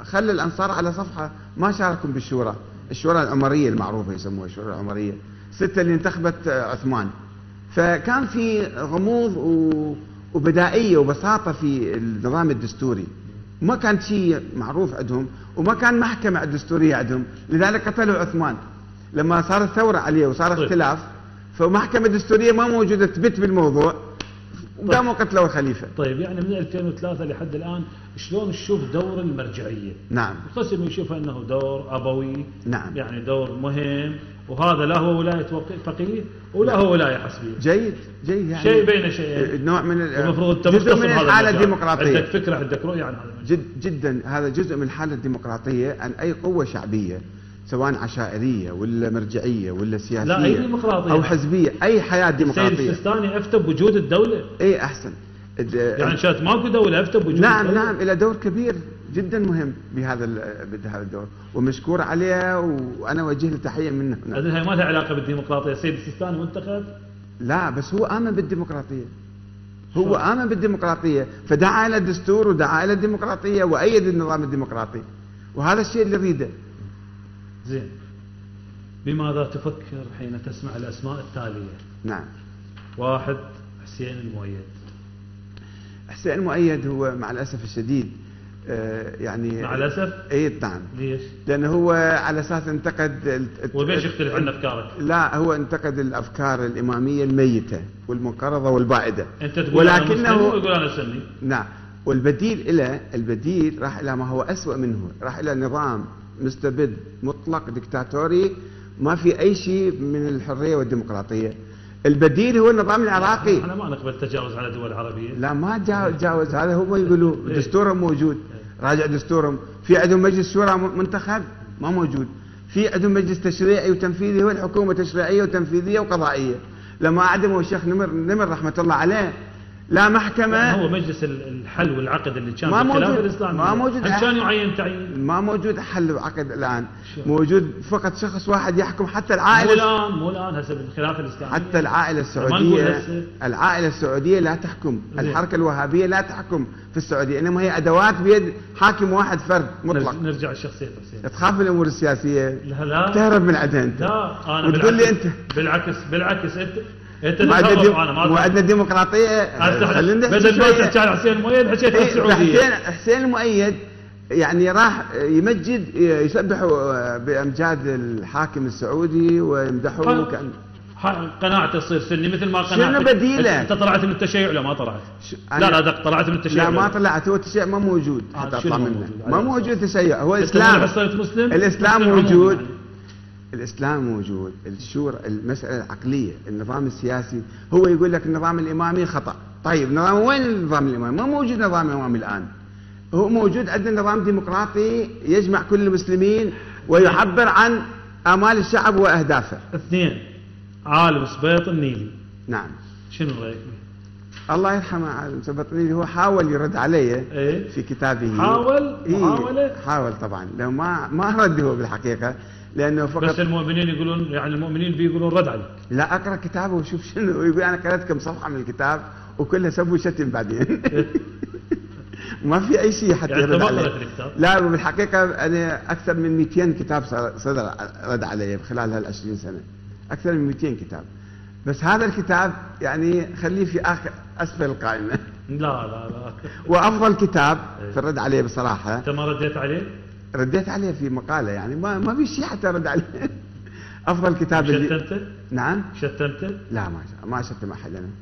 خلى الأنصار على صفحة، ما شاركوا بالشورى، الشورى العمرية المعروفة يسموها الشورى العمرية، ستة اللي انتخبت عثمان. فكان في غموض وبدائية وبساطة في النظام الدستوري، ما كان شيء معروف عندهم، وما كان محكمة الدستورية عندهم، لذلك قتلوا عثمان لما صارت ثورة عليه وصار اختلاف. فمحكمة دستورية ما موجودة تبت بالموضوع، وقاموا قتلوا الخليفة. طيب يعني من ألفين وثلاثة لحد الآن شلون تشوف دور المرجعية؟ نعم. القسم يشوف أنه دور أبوي، نعم. يعني دور مهم، وهذا لا هو ولاية فقيه ولا نعم. هو ولاية حسبية. جيد جيد يعني شيء بين شيئين. نوع من المفروض انت جزء من الحالة الديمقراطية. عندك فكرة، عندك رؤية عن هذا جد جدا، هذا جزء من الحالة الديمقراطية، أن أي قوة شعبية سواء عشائرية ولا مرجعية ولا سياسية لا أي ديمقراطية أو حزبية، أي حياة ديمقراطية. السيد السيستاني أفتى بوجود الدولة. أي أحسن. يعني شات ماكو دولة أفتى بوجود نعم الدولة. نعم، إلى دور كبير جدا مهم بهذا بهذا الدور، ومشكور عليه، وأنا أوجه له تحية منه. هذه ما لها علاقة بالديمقراطية. السيد السيستاني منتخب؟ لا، بس هو آمن بالديمقراطية، هو آمن بالديمقراطية، فدعا إلى الدستور ودعا إلى الديمقراطية وأيد النظام الديمقراطي، وهذا الشيء اللي نريده. زين، بماذا تفكر حين تسمع الأسماء التالية؟ نعم. واحد، حسين المؤيد. حسين المؤيد هو مع الأسف الشديد آه يعني مع الأسف؟ اي نعم. ليش؟ لأنه هو على أساس انتقد، وبيش يختلف عن أفكارك؟ لا، هو انتقد الأفكار الإمامية الميتة والمنقرضة والبائدة. أنت تقول ولكنه أنا مسلم ويقول أنا سني. نعم، والبديل له، البديل راح إلى ما هو أسوأ منه، راح إلى نظام مستبد مطلق دكتاتوري ما في أي شيء من الحرية والديمقراطية. البديل هو النظام العراقي. احنا ما نقبل تجاوز على دول عربية. لا، ما تجاوز، هذا هم يقولوا دستورهم موجود، راجع دستورهم. في عندهم مجلس شورى منتخب ما موجود، في عندهم مجلس تشريعي وتنفيذي، هو الحكومة تشريعية وتنفيذية وقضائية. لما أعدموا الشيخ نمر نمر رحمة الله عليه، لا محكمة. هو مجلس الحل والعقد اللي كان ما بالخلافة موجود، الإسلامية ما موجود، كان يعين تعيين. ما موجود حل وعقد الآن، موجود فقط شخص واحد يحكم. حتى العائلة مو الآن مو الآن هسه بالخلافة الإسلامية، حتى العائلة السعودية، العائلة السعودية لا تحكم، الحركة الوهابية لا تحكم في السعودية، إنما هي أدوات بيد حاكم واحد فرد مطلق. نرجع الشخصية حسين. تخاف من الأمور السياسية؟ لا لا، تهرب من عندها أنت. لا، أنا وتقول لي أنت بالعكس بالعكس أنت انت ما عندنا ديمقراطيه. بدل ما تحكي عن حسين المؤيد حكيت عن السعوديه. حسين حسين المؤيد يعني راح يمجد، يسبح بامجاد الحاكم السعودي ويمدحه كان قناعته تصير سني مثل ما قناعتك. شنو بديله؟ انت طلعت من التشيع ولا ما طلعت؟ لا لا دق طلعت من التشيع. لا ما طلعت، هو التشيع ما موجود حتى اطلع منه، ما موجود تشيع، هو الاسلام. الاسلام موجود، الإسلام موجود، الشورى، المسألة العقلية، النظام السياسي. هو يقول لك النظام الإمامي خطأ. طيب نظام وين النظام الإمامي؟ ما موجود نظام إمامي الآن. هو موجود عندنا نظام ديمقراطي يجمع كل المسلمين ويعبر عن آمال الشعب وأهدافه. اثنين، عالم سبيط النيلي. نعم. شنو رأيك؟ الله يرحمه عالم سبيط النيلي، هو حاول يرد علي ايه؟ في كتابه. حاول محاولة؟ إيه؟ حاول طبعا، لو ما ما رد هو بالحقيقة، لأنه فقط بس المؤمنين يقولون، يعني المؤمنين بيقولون رد عليك. لا، أقرأ كتابه وشوف شنو يقول. أنا قرأت كم صفحة من الكتاب وكلها سب وشتم بعدين. ما في أي شيء حتى يعني يرد عليه. الكتاب؟ لا، بالحقيقة أنا أكثر من مئتين كتاب صدر رد علي خلال هالعشرين سنة، أكثر من مئتين كتاب. بس هذا الكتاب يعني خليه في آخر أسفل القائمة. لا لا لا. وأفضل كتاب في الرد عليه بصراحة. أنت ما رديت عليه؟ رديت عليه في مقالة، يعني ما ما في شيء حتى رد عليه. أفضل كتاب. شتمته؟ نعم. شتمته؟ لا، ما ما شتم أحد، أنا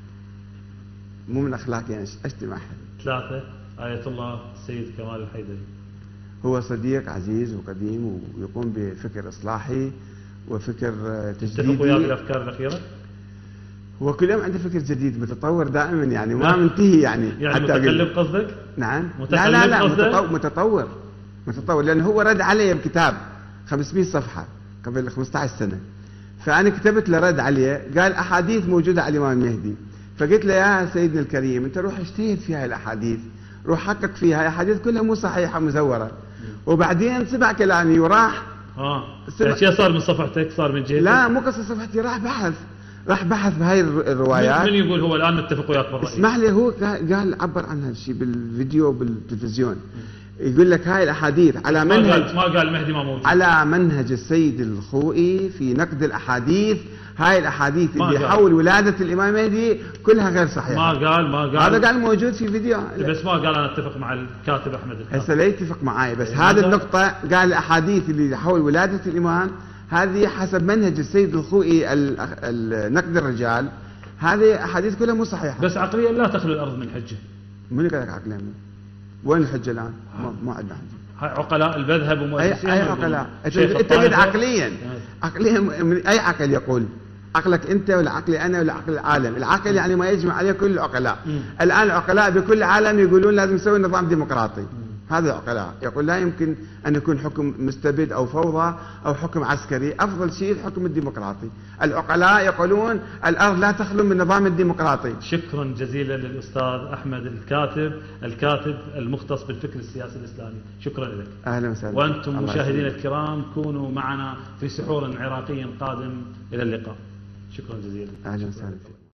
مو من أخلاقي يعني أشتم أحد. ثلاثة، آية الله السيد كمال الحيدري. هو صديق عزيز وقديم ويقوم بفكر إصلاحي وفكر تجديدي. تتفق وياه بالأفكار الأخيرة؟ هو كل يوم عنده فكر جديد، متطور دائما، يعني ما منتهي يعني. يعني حتى متقلب قصدك؟ نعم. متقلب لا لا لا قصدك؟ متطور متطور، لأنه هو رد علي بكتاب خمسمئة صفحة قبل خمسة عشر سنة، فأنا كتبت له رد عليه، قال أحاديث موجودة على الإمام المهدي، فقلت له يا سيدنا الكريم أنت روح اجتهد في هاي الأحاديث، روح حقق فيها، الأحاديث كلها مو صحيحة مزورة. وبعدين سمع كلامي وراح. اه شيء صار من صفحتك، صار من جهتك؟ لا، مو قصة صفحتي، راح بحث راح بحث بهاي الروايات. من يقول هو الآن نتفق وياك بالرأي؟ اسمح لي، هو قال عبر عن هالشيء بالفيديو بالتلفزيون، يقول لك هاي الاحاديث على ما منهج قال ما قال المهدي ما موجود. على منهج السيد الخوئي في نقد الاحاديث. هاي الاحاديث اللي قال. حول ولاده الامام المهدي كلها غير صحيحه. ما قال ما قال هذا قال موجود في فيديو. بس ما قال انا اتفق مع الكاتب احمد الكاتب. هسه لا يتفق معي بس إيه هذه هذا- النقطه قال الاحاديث اللي حول ولاده الامام هذه حسب منهج السيد الخوئي ال- ال- نقد الرجال، هذه احاديث كلها مو صحيحه. بس عقليا لا تخلو الارض من حجه. من قال لك عقليا؟ وين الحجه الان؟ ما, ما عندنا حجه. هاي عقلاء المذهب اي ومؤسسين اي عقلاء؟ انت شيخ أنت الطائفة. عقليا عقليا من اي عقل يقول؟ عقلك انت ولا عقلي انا ولا عقل العالم؟ العقل يعني ما يجمع عليه كل العقلاء. مم. الان العقلاء بكل العالم يقولون لازم نسوي نظام ديمقراطي. هذا العقلاء يقول لا يمكن ان يكون حكم مستبد او فوضى او حكم عسكري، افضل شيء الحكم الديمقراطي. العقلاء يقولون الارض لا تخلو من النظام الديمقراطي. شكرا جزيلا للاستاذ احمد الكاتب، الكاتب المختص بالفكر السياسي الاسلامي، شكرا لك. اهلا وسهلا. وانتم الله مشاهدينا يسلمك. الكرام كونوا معنا في سحور عراقي قادم، الى اللقاء. شكرا جزيلا. اهلا وسهلا.